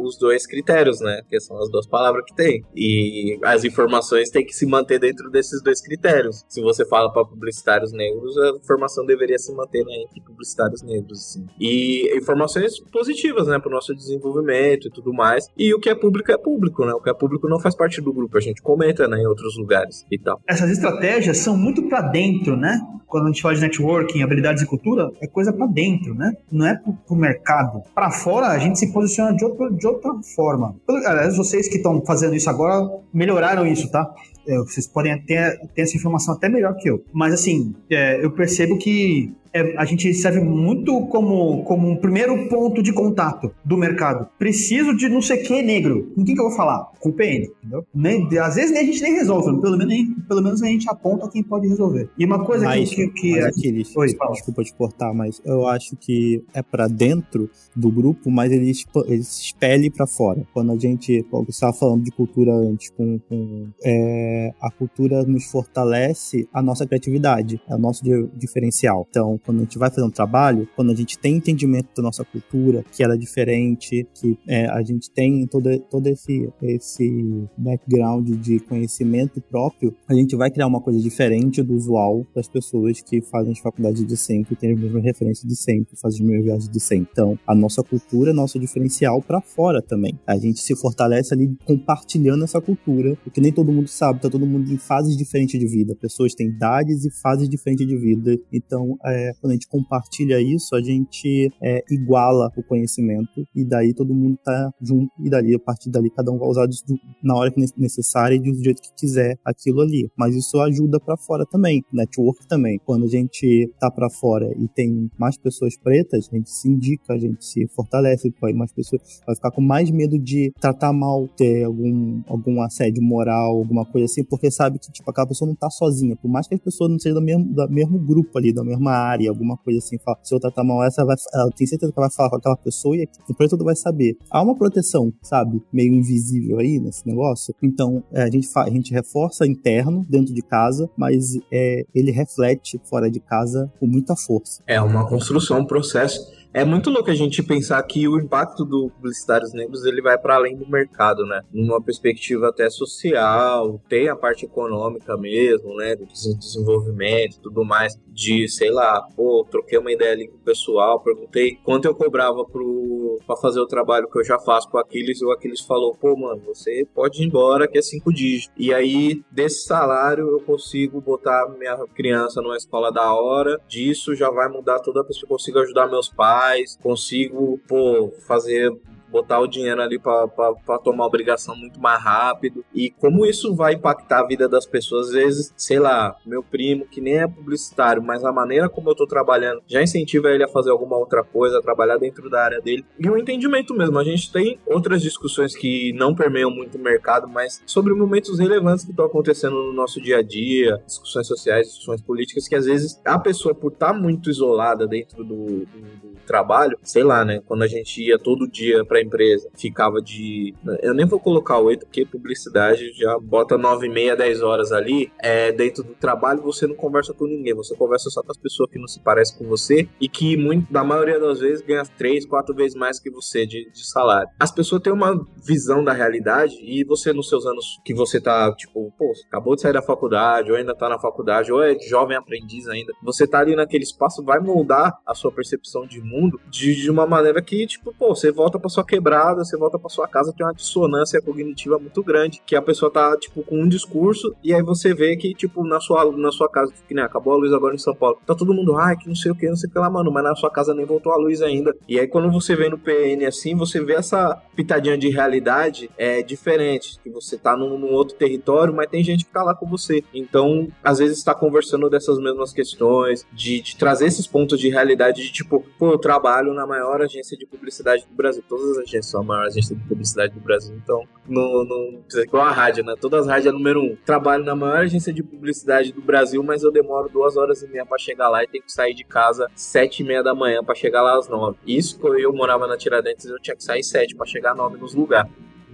os dois critérios, né? Que são as duas palavras que tem. E as informações têm que se manter dentro desses dois critérios. Se você fala para publicitários negros, a informação deveria se manter, né, entre publicitários negros, assim. E informações positivas, né, para o nosso desenvolvimento e tudo mais. E o que é público é público, né? O que é público não faz parte do grupo. A gente comenta, né, em outros lugares e tal. Essas estratégias são muito para dentro, né? Quando a gente fala de networking, habilidades e cultura, é coisa para dentro, né? Não é pro, pro mercado. Para fora, a gente se posiciona de, outro, de outra forma. Aliás, vocês que estão fazendo isso agora melhoraram isso, tá? É, vocês podem ter, ter essa informação até melhor que eu. Mas, assim, é, eu percebo que é, a gente serve muito como, como um primeiro ponto de contato do mercado. Preciso de não sei o que negro. Com quem que eu vou falar? Com o P N, entendeu? Nem, às vezes nem a gente nem resolve, pelo menos, nem, pelo menos a gente aponta quem pode resolver. E uma coisa mas, que... que, que mas é... Aquiles, Oi, desculpa te cortar, mas eu acho que é pra dentro do grupo, mas ele, ele se espelhe pra fora. Quando a gente, como você estava falando de cultura antes, com, com é, a cultura nos fortalece a nossa criatividade, é o nosso diferencial. Então, quando a gente vai fazer um trabalho, quando a gente tem entendimento da nossa cultura, que ela é diferente, que é, a gente tem todo, todo esse, esse background de conhecimento próprio, a gente vai criar uma coisa diferente do usual das pessoas que fazem as faculdades de sempre, têm as mesmas referências de sempre, fazem as mesmas viagens de sempre. Então, a nossa cultura é nosso diferencial para fora também. A gente se fortalece ali compartilhando essa cultura, porque nem todo mundo sabe, tá todo mundo em fases diferentes de vida. Pessoas têm idades e fases diferentes de vida. Então, é, quando a gente compartilha isso, a gente é, iguala o conhecimento e daí todo mundo tá junto e dali, a partir dali, cada um vai usar isso na hora que necessária e do jeito que quiser aquilo ali. Mas isso ajuda pra fora também, network também. Quando a gente tá pra fora e tem mais pessoas pretas, a gente se indica, a gente se fortalece, vai mais pessoas, vai ficar com mais medo de tratar mal, ter algum, algum assédio moral, alguma coisa assim, porque sabe que tipo, aquela pessoa não tá sozinha, por mais que as pessoas não sejam do mesmo, do mesmo grupo ali, da mesma área, alguma coisa assim, fala, se eu tratar mal essa, vai, ela tem certeza que ela vai falar com aquela pessoa e o preto todo vai saber. Há uma proteção, sabe, meio invisível aí nesse negócio, então é, a, gente fa- a gente reforça interno, dentro de casa, mas é, ele reflete fora de casa com muita força. É uma construção, um processo. É muito louco a gente pensar que o impacto do Publicitários Negros ele vai para além do mercado, né? Numa perspectiva até social, tem a parte econômica mesmo, né? Do desenvolvimento e tudo mais. De, sei lá, pô, troquei uma ideia ali com o pessoal, perguntei quanto eu cobrava pro, pra fazer o trabalho que eu já faço com o Aquiles, e o Aquiles falou, pô, mano, você pode ir embora que é cinco dígitos. E aí, desse salário, eu consigo botar minha criança numa escola da hora, disso já vai mudar toda a pessoa, eu consigo ajudar meus pais, consigo, pô, fazer... botar o dinheiro ali pra, pra, pra tomar obrigação muito mais rápido. E como isso vai impactar a vida das pessoas, às vezes, sei lá, meu primo, que nem é publicitário, mas a maneira como eu tô trabalhando já incentiva ele a fazer alguma outra coisa, a trabalhar dentro da área dele. E um entendimento mesmo. A gente tem outras discussões que não permeiam muito o mercado, mas sobre momentos relevantes que estão acontecendo no nosso dia a dia, discussões sociais, discussões políticas, que às vezes a pessoa, por estar muito isolada dentro do, do, do trabalho, sei lá, né, quando a gente ia todo dia pra empresa, ficava de... Eu nem vou colocar oito, porque publicidade já bota nove e meia, dez horas ali. É, dentro do trabalho você não conversa com ninguém, você conversa só com as pessoas que não se parecem com você e que, muito, na maioria das vezes, ganha três, quatro vezes mais que você de, de salário. As pessoas têm uma visão da realidade e você, nos seus anos que você tá, tipo, pô, acabou de sair da faculdade, ou ainda tá na faculdade, ou é jovem aprendiz ainda, você tá ali naquele espaço, vai moldar a sua percepção de mundo de, de uma maneira que, tipo, pô, você volta pra sua quebrada, você volta pra sua casa, tem uma dissonância cognitiva muito grande, que a pessoa tá, tipo, com um discurso, e aí você vê que, tipo, na sua, na sua casa, que nem acabou a luz agora em São Paulo, tá todo mundo, ai, que não sei o que, não sei o que lá, mano, mas na sua casa nem voltou a luz ainda. E aí quando você vê no P N assim, você vê essa pitadinha de realidade é diferente, que você tá num, num outro território, mas tem gente que tá lá com você. Então, às vezes tá conversando dessas mesmas questões, de, de trazer esses pontos de realidade, de tipo, pô, eu trabalho na maior agência de publicidade do Brasil, todas as agências são a maior agência de publicidade do Brasil, então não, não precisa igual a rádio, né? Todas as rádios é número um. Trabalho na maior agência de publicidade do Brasil, mas eu demoro duas horas e meia pra chegar lá e tenho que sair de casa sete e meia da manhã pra chegar lá às nove. Isso, quando eu morava na Tiradentes, eu tinha que sair sete pra chegar às nove nos lugares.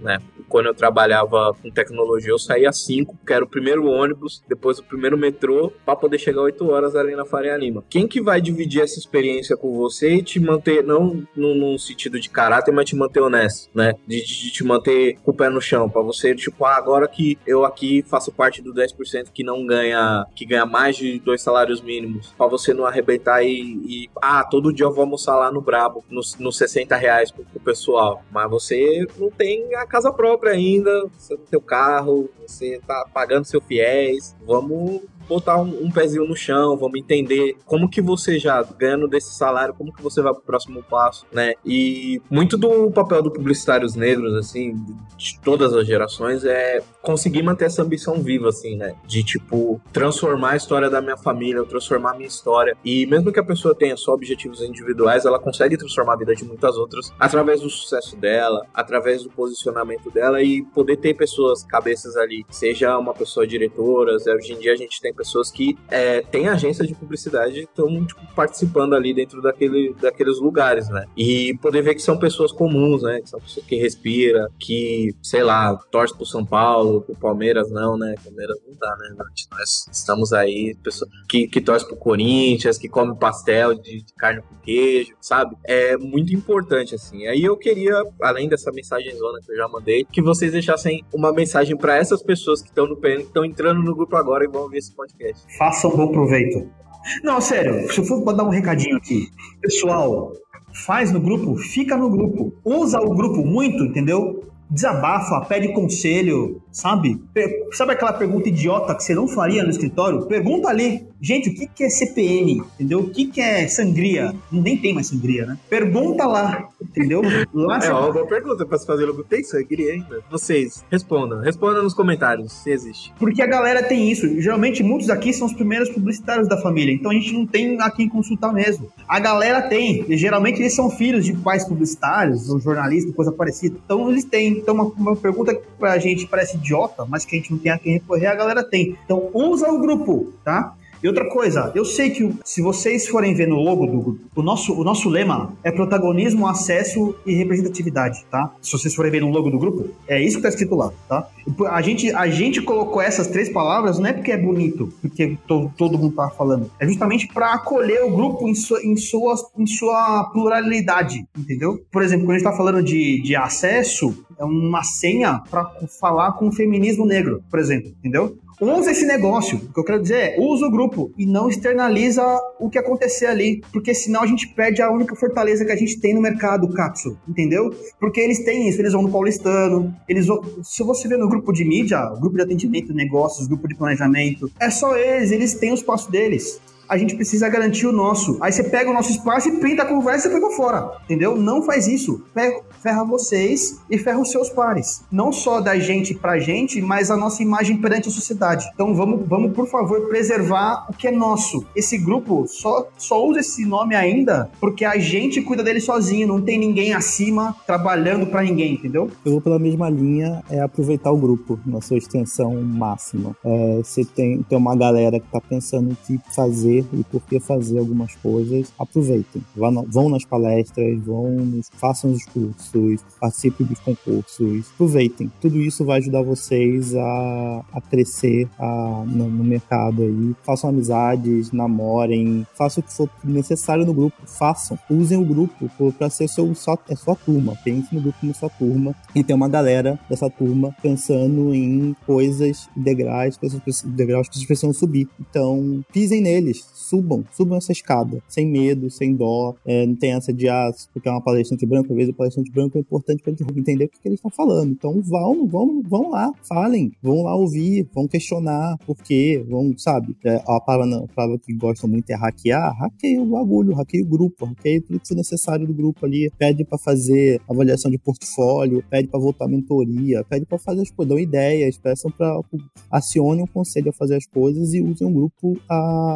né? Quando eu trabalhava com tecnologia, eu saía às cinco, que era o primeiro ônibus, depois o primeiro metrô, para poder chegar oito horas ali na Faria Lima. Quem que vai dividir essa experiência com você e te manter, não num, num sentido de caráter, mas te manter honesto, né? De, de, de te manter com o pé no chão, para você, tipo, ah, agora que eu aqui faço parte do dez por cento que não ganha, que ganha mais de dois salários mínimos, para você não arrebentar e, e, ah, todo dia eu vou almoçar lá no Brabo, nos, nos sessenta reais pro, pro pessoal, mas você não tem a casa própria ainda, você não tem o carro, você tá pagando seu fiéis, vamos botar um, um pezinho no chão, vamos entender como que você já ganhando desse salário, como que você vai pro próximo passo, né? E muito do papel do Publicitários Negros, assim, de todas as gerações, é conseguir manter essa ambição viva, assim, né? De, tipo, transformar a história da minha família, transformar a minha história. E mesmo que a pessoa tenha só objetivos individuais, ela consegue transformar a vida de muitas outras através do sucesso dela, através do posicionamento dela e poder ter pessoas, cabeças ali, seja uma pessoa diretora, hoje em dia a gente tem pessoas que é, têm agência de publicidade e estão tipo, participando ali dentro daquele, daqueles lugares, né? E poder ver que são pessoas comuns, né? Que são pessoas que respiram, que, sei lá, torce pro São Paulo, pro Palmeiras não, né? Palmeiras não dá, né? Nós estamos aí, pessoas que, que torce pro Corinthians, que come pastel de, de carne com queijo, sabe? É muito importante, assim. Aí eu queria, além dessa mensagem zona que eu já mandei, que vocês deixassem uma mensagem para essas pessoas que estão no P N, que estão entrando no grupo agora e vão ouvir esse podcast. Faça um bom proveito. Não, sério, se eu for dar um recadinho aqui, pessoal, faz no grupo, fica no grupo, usa o grupo muito, entendeu? Desabafa, pede conselho, sabe? Sabe aquela pergunta idiota que você não faria no escritório? Pergunta ali. Gente, o que que é C P N? Entendeu? O que que é sangria? Nem tem mais sangria, né? Pergunta lá, entendeu? Lá é você... uma boa pergunta pra se fazer logo. Tem sangria ainda? Vocês, respondam. Respondam nos comentários se existe. Porque a galera tem isso. Geralmente, muitos aqui são os primeiros publicitários da família. Então, a gente não tem a quem consultar mesmo. A galera tem. E, geralmente, eles são filhos de pais publicitários ou jornalistas, coisa parecida. Então, eles têm. Então, uma, uma pergunta que pra gente parece idiota, mas que a gente não tem a quem recorrer, a galera tem. Então, usa o grupo, tá? E outra coisa, eu sei que se vocês forem ver no logo do grupo, o nosso, o nosso lema é protagonismo, acesso e representatividade, tá? Se vocês forem ver no logo do grupo, é isso que tá escrito lá, tá? A gente, a gente colocou essas três palavras não é porque é bonito, porque to, todo mundo tá falando, é justamente para acolher o grupo em sua, em, sua, em sua pluralidade, entendeu? Por exemplo, quando a gente tá falando de, de acesso, é uma senha para falar com o feminismo negro, por exemplo, entendeu? Usa esse negócio, o que eu quero dizer é, usa o grupo e não externaliza o que acontecer ali, porque senão a gente perde a única fortaleza que a gente tem no mercado, Katsu, entendeu? Porque eles têm isso, eles vão no paulistano, eles vão, se você vê no grupo de mídia, grupo de atendimento, negócios, grupo de planejamento, é só eles, eles têm o espaço deles. A gente precisa garantir o nosso. Aí você pega o nosso espaço e printa a conversa e põe pra fora, entendeu? Não faz isso. Ferra vocês e ferra os seus pares. Não só da gente pra gente, mas a nossa imagem perante a sociedade. Então vamos, vamos por favor, preservar o que é nosso. Esse grupo só, só usa esse nome ainda porque a gente cuida dele sozinho. Não tem ninguém acima trabalhando pra ninguém, entendeu? Eu vou pela mesma linha, é aproveitar o grupo na sua extensão máxima. É, você tem, tem uma galera que tá pensando o que fazer e por que fazer algumas coisas, aproveitem. Vão, vão nas palestras, vão, façam os cursos, participem dos concursos, aproveitem. Tudo isso vai ajudar vocês a, a crescer a, no, no mercado aí. Façam amizades, namorem, façam o que for necessário no grupo, façam. Usem o grupo para ser seu, só, é sua turma. Pense no grupo como sua turma e tem uma galera dessa turma pensando em coisas, degraus, degraus que vocês precisam subir. Então, pisem neles. Subam, subam essa escada, sem medo, sem dó, é, não tem essa de, ah, porque é uma palestrante branca, às vezes o palestrante branco é importante para entender o que, que ele está falando, então vão, vão, vão lá, falem, vão lá ouvir, vão questionar por quê, vão, sabe, é, a, palavra, a palavra que gostam muito é hackear, hackeia o bagulho, hackeia o grupo, hackeia tudo que for necessário do grupo ali, pede para fazer avaliação de portfólio, pede para voltar a mentoria, pede para fazer as coisas, dão ideias, peçam para, acionem o conselho a fazer as coisas e usem o grupo a, ao seu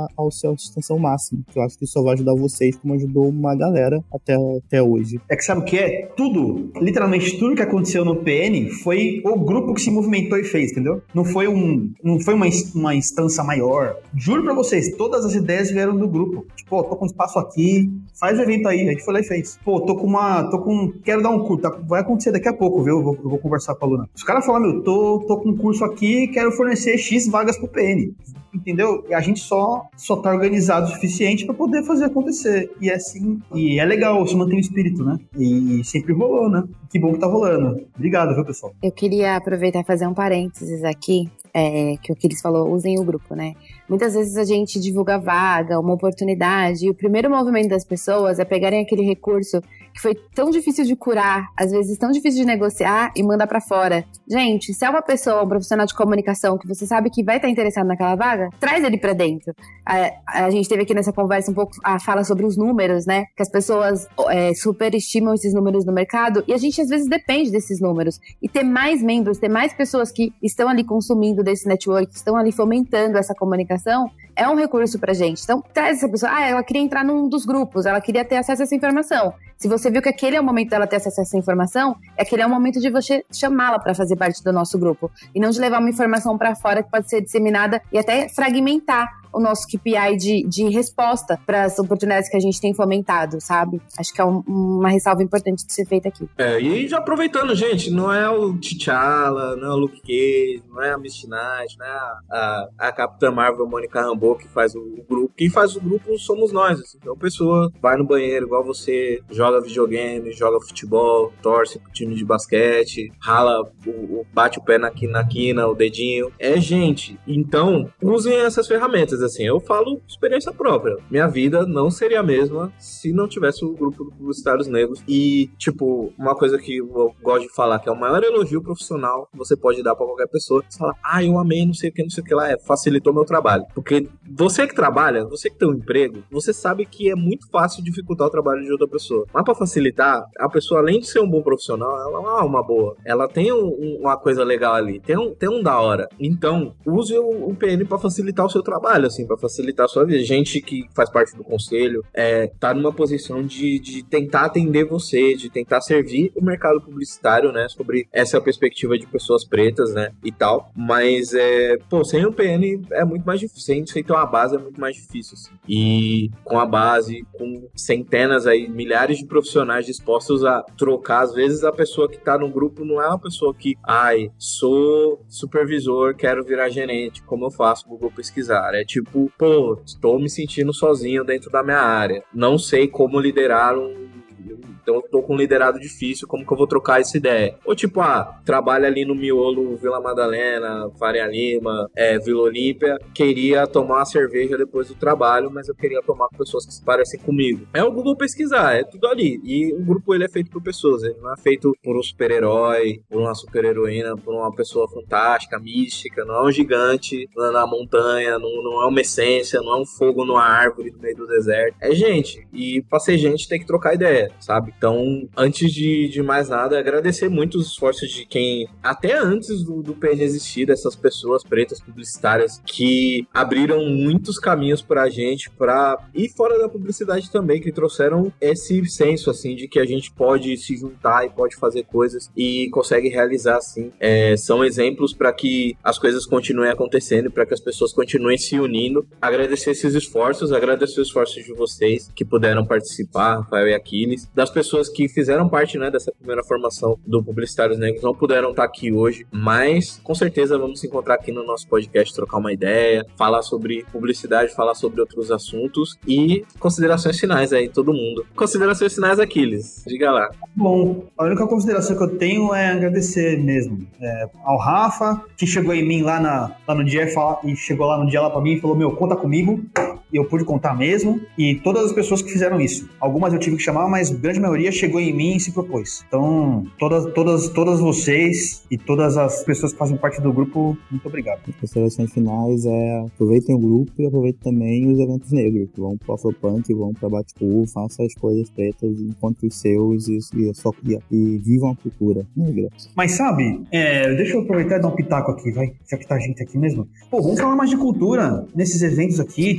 ser a extensão máxima. Que eu acho que isso só vai ajudar vocês, como ajudou uma galera até, até hoje. É que sabe o que é? Tudo, literalmente tudo que aconteceu no P N foi o grupo que se movimentou e fez, entendeu? Não foi, um, não foi uma, uma instância maior. Juro pra vocês, todas as ideias vieram do grupo. Tipo, ó, tô com espaço aqui, faz o evento aí. A gente foi lá e fez. Pô, tô com uma... tô com... quero dar um curso, tá? Vai acontecer daqui a pouco, viu? Eu vou, eu vou conversar com a Luna. Os caras falaram, meu, tô, tô com um curso aqui, quero fornecer X vagas pro P N. Entendeu? E a gente só, só tá organizado o suficiente pra poder fazer acontecer. E é assim, e é legal, se mantém o espírito, né? E sempre rolou, né? Que bom que tá rolando. Obrigado, viu, pessoal? Eu queria aproveitar e fazer um parênteses aqui, é, que o que eles falou, usem o grupo, né? Muitas vezes a gente divulga vaga, uma oportunidade, e o primeiro movimento das pessoas é pegarem aquele recurso que foi tão difícil de curar, às vezes tão difícil de negociar, e mandar pra fora. Gente, se é uma pessoa, um profissional de comunicação que você sabe que vai estar interessado naquela vaga, traz ele pra dentro. A, a gente teve aqui nessa conversa um pouco a fala sobre os números, né? Que as pessoas é, superestimam esses números no mercado, e a gente às vezes depende desses números. E ter mais membros, ter mais pessoas que estão ali consumindo desse network, que estão ali fomentando essa comunicação, é um recurso pra gente. Então, traz essa pessoa. Ah, ela queria entrar num dos grupos, ela queria ter acesso a essa informação. Se você viu que aquele é o momento dela ter acesso a essa informação, aquele é o momento de você chamá-la para fazer parte do nosso grupo. E não de levar uma informação para fora que pode ser disseminada e até fragmentar o nosso K P I de, de resposta para as oportunidades que a gente tem fomentado, sabe? Acho que é um, uma ressalva importante de ser feita aqui. É, e já aproveitando, gente, não é o T'Challa, não é o Luke Cage, não é a Misty Knight, não é a, a, a Capitã Marvel, Mônica Rambeau que faz o, o grupo. Quem faz o grupo somos nós, assim. Então a pessoa vai no banheiro igual você, joga videogame, joga futebol, torce pro time de basquete, rala, o, o, bate o pé na, na quina, o dedinho. É gente. Então, usem essas ferramentas. Assim, eu falo experiência própria. Minha vida não seria a mesma se não tivesse o grupo do Publicitários Negros. E, tipo, uma coisa que eu gosto de falar, que é o maior elogio profissional que você pode dar pra qualquer pessoa. Você fala, ah, eu amei, não sei o que, não sei o que lá, é, facilitou meu trabalho. Porque você que trabalha, você que tem um emprego, você sabe que é muito fácil dificultar o trabalho de outra pessoa. Mas pra facilitar, a pessoa, além de ser um bom profissional, ela é uma boa. Ela tem um, uma coisa legal ali, tem um, tem um da hora. Então, use o, o P N pra facilitar o seu trabalho, assim, para facilitar a sua vida. Gente que faz parte do conselho é, tá numa posição de, de tentar atender você, de tentar servir o mercado publicitário, né, sobre essa perspectiva de pessoas pretas, né, e tal, mas é, pô, sem o P N é muito mais difícil, sem ter uma base é muito mais difícil, assim. E com a base, com centenas aí, milhares de profissionais dispostos a trocar, às vezes a pessoa que tá no grupo não é uma pessoa que, ai, sou supervisor, quero virar gerente, como eu faço, vou pesquisar, é tipo, pô, estou me sentindo sozinho dentro da minha área. Não sei como liderar um... Então eu tô com um liderado difícil, como que eu vou trocar essa ideia? Ou tipo, ah, trabalha ali no miolo Vila Madalena, Faria Lima, é, Vila Olímpia, queria tomar uma cerveja depois do trabalho, mas eu queria tomar com pessoas que se parecem comigo. É o Google pesquisar, é tudo ali. E o grupo, ele é feito por pessoas, ele não é feito por um super-herói, por uma super-heroína, por uma pessoa fantástica, mística, não é um gigante na montanha, não, não é uma essência, não é um fogo numa árvore no meio do deserto. É gente, e pra ser gente tem que trocar ideia, sabe? Então, antes de, de mais nada, agradecer muito os esforços de quem, até antes do, do P N existir, dessas pessoas pretas publicitárias que abriram muitos caminhos pra gente, pra ir fora da publicidade também, que trouxeram esse senso, assim, de que a gente pode se juntar e pode fazer coisas e consegue realizar, assim. É, são exemplos para que as coisas continuem acontecendo, para que as pessoas continuem se unindo. Agradecer esses esforços, agradecer os esforços de vocês que puderam participar, Rafael e Aquiles, das pessoas que fizeram parte, né, dessa primeira formação do Publicitários Negros, não puderam estar aqui hoje, mas com certeza vamos se encontrar aqui no nosso podcast, trocar uma ideia, falar sobre publicidade, falar sobre outros assuntos e considerações finais aí, todo mundo. Considerações finais, Aquiles, diga lá. Bom, a única consideração que eu tenho é agradecer mesmo é, ao Rafa, que chegou em mim lá, na, lá no dia e, fala, e chegou lá no dia lá pra mim e falou, meu, conta comigo, e eu pude contar mesmo, e todas as pessoas que fizeram isso. Algumas eu tive que chamar, mas grande maioria chegou em mim e se propôs. Então, todas, todas, todas vocês e todas as pessoas que fazem parte do grupo, muito obrigado. As considerações finais é aproveitem o grupo e aproveitem também os eventos negros. Vão pro Afropunk, vão pra Bate-Pool, façam as coisas pretas, encontrem os seus e, e, só, e, e vivam a cultura negra. Mas sabe, é, deixa eu aproveitar e dar um pitaco aqui, vai, já que tá a gente aqui mesmo. Pô, vamos falar mais de cultura nesses eventos aqui, tipo podcast,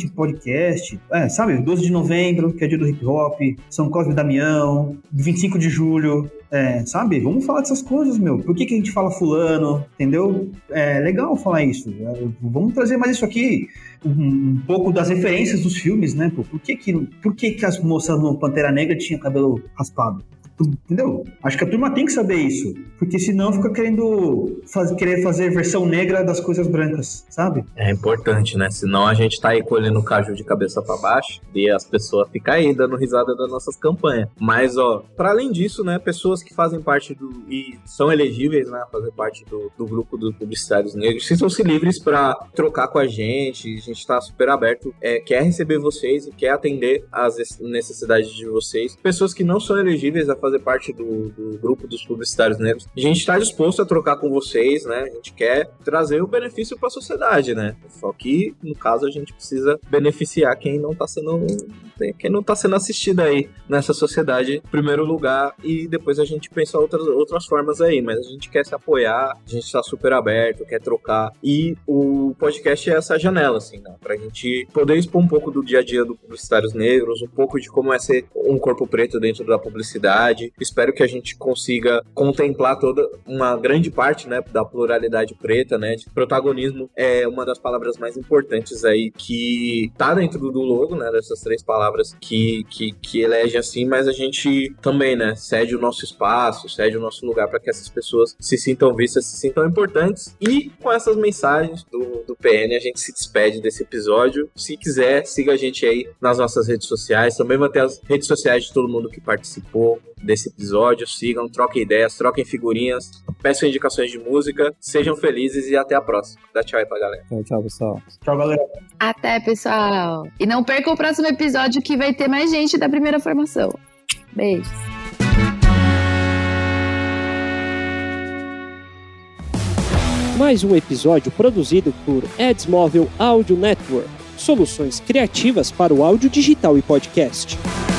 podcast, é, sabe, doze de novembro, que é dia do hip hop, São Cosme e Damião, vinte e cinco de julho, é, sabe? Vamos falar dessas coisas, meu. Por que que a gente fala fulano, entendeu? É legal falar isso. É, vamos trazer mais isso aqui, um, um pouco das referências dos filmes, né? Pô, por que que, por que que as moças no Pantera Negra tinham cabelo raspado? Entendeu? Acho que a turma tem que saber isso, porque senão fica querendo faz, querer fazer versão negra das coisas brancas, sabe? É importante, né? Senão a gente tá aí colhendo o caju de cabeça pra baixo e as pessoas ficam aí dando risada das nossas campanhas. Mas, ó, pra além disso, né, pessoas que fazem parte do... e são elegíveis, né, a fazer parte do, do grupo dos publicitários negros, sintam-se livres pra trocar com a gente. A gente tá super aberto, é, quer receber vocês e quer atender às necessidades de vocês. Pessoas que não são elegíveis a fazer parte do, do grupo dos publicitários negros, a gente está disposto a trocar com vocês, né? A gente quer trazer o benefício para a sociedade, né? Só que, no caso, a gente precisa beneficiar quem não está sendo quem não tá sendo assistido aí nessa sociedade, em primeiro lugar, e depois a gente pensa outras, outras formas aí, mas a gente quer se apoiar, a gente está super aberto, quer trocar, e o podcast é essa janela, assim, né? Pra gente poder expor um pouco do dia a dia do Publicitários Negros, um pouco de como é ser um corpo preto dentro da publicidade. Espero que a gente consiga contemplar toda uma grande parte, né, da pluralidade preta, né, de protagonismo é uma das palavras mais importantes aí que tá dentro do logo, né, dessas três palavras que, que, que elege assim, mas a gente também, né, cede o nosso espaço, cede o nosso lugar para que essas pessoas se sintam vistas, se sintam importantes, e com essas mensagens do, do P N a gente se despede desse episódio. Se quiser, siga a gente aí nas nossas redes sociais, também vai ter as redes sociais de todo mundo que participou desse episódio, sigam, troquem ideias, troquem figurinhas, peçam indicações de música, sejam felizes e até a próxima. Dá tchau aí pra galera. Tchau, tchau, pessoal. Tchau, galera. Até, pessoal. E não perca o próximo episódio que vai ter mais gente da primeira formação. Beijos. Mais um episódio produzido por Edsmóvel Audio Network. Soluções criativas para o áudio digital e podcast.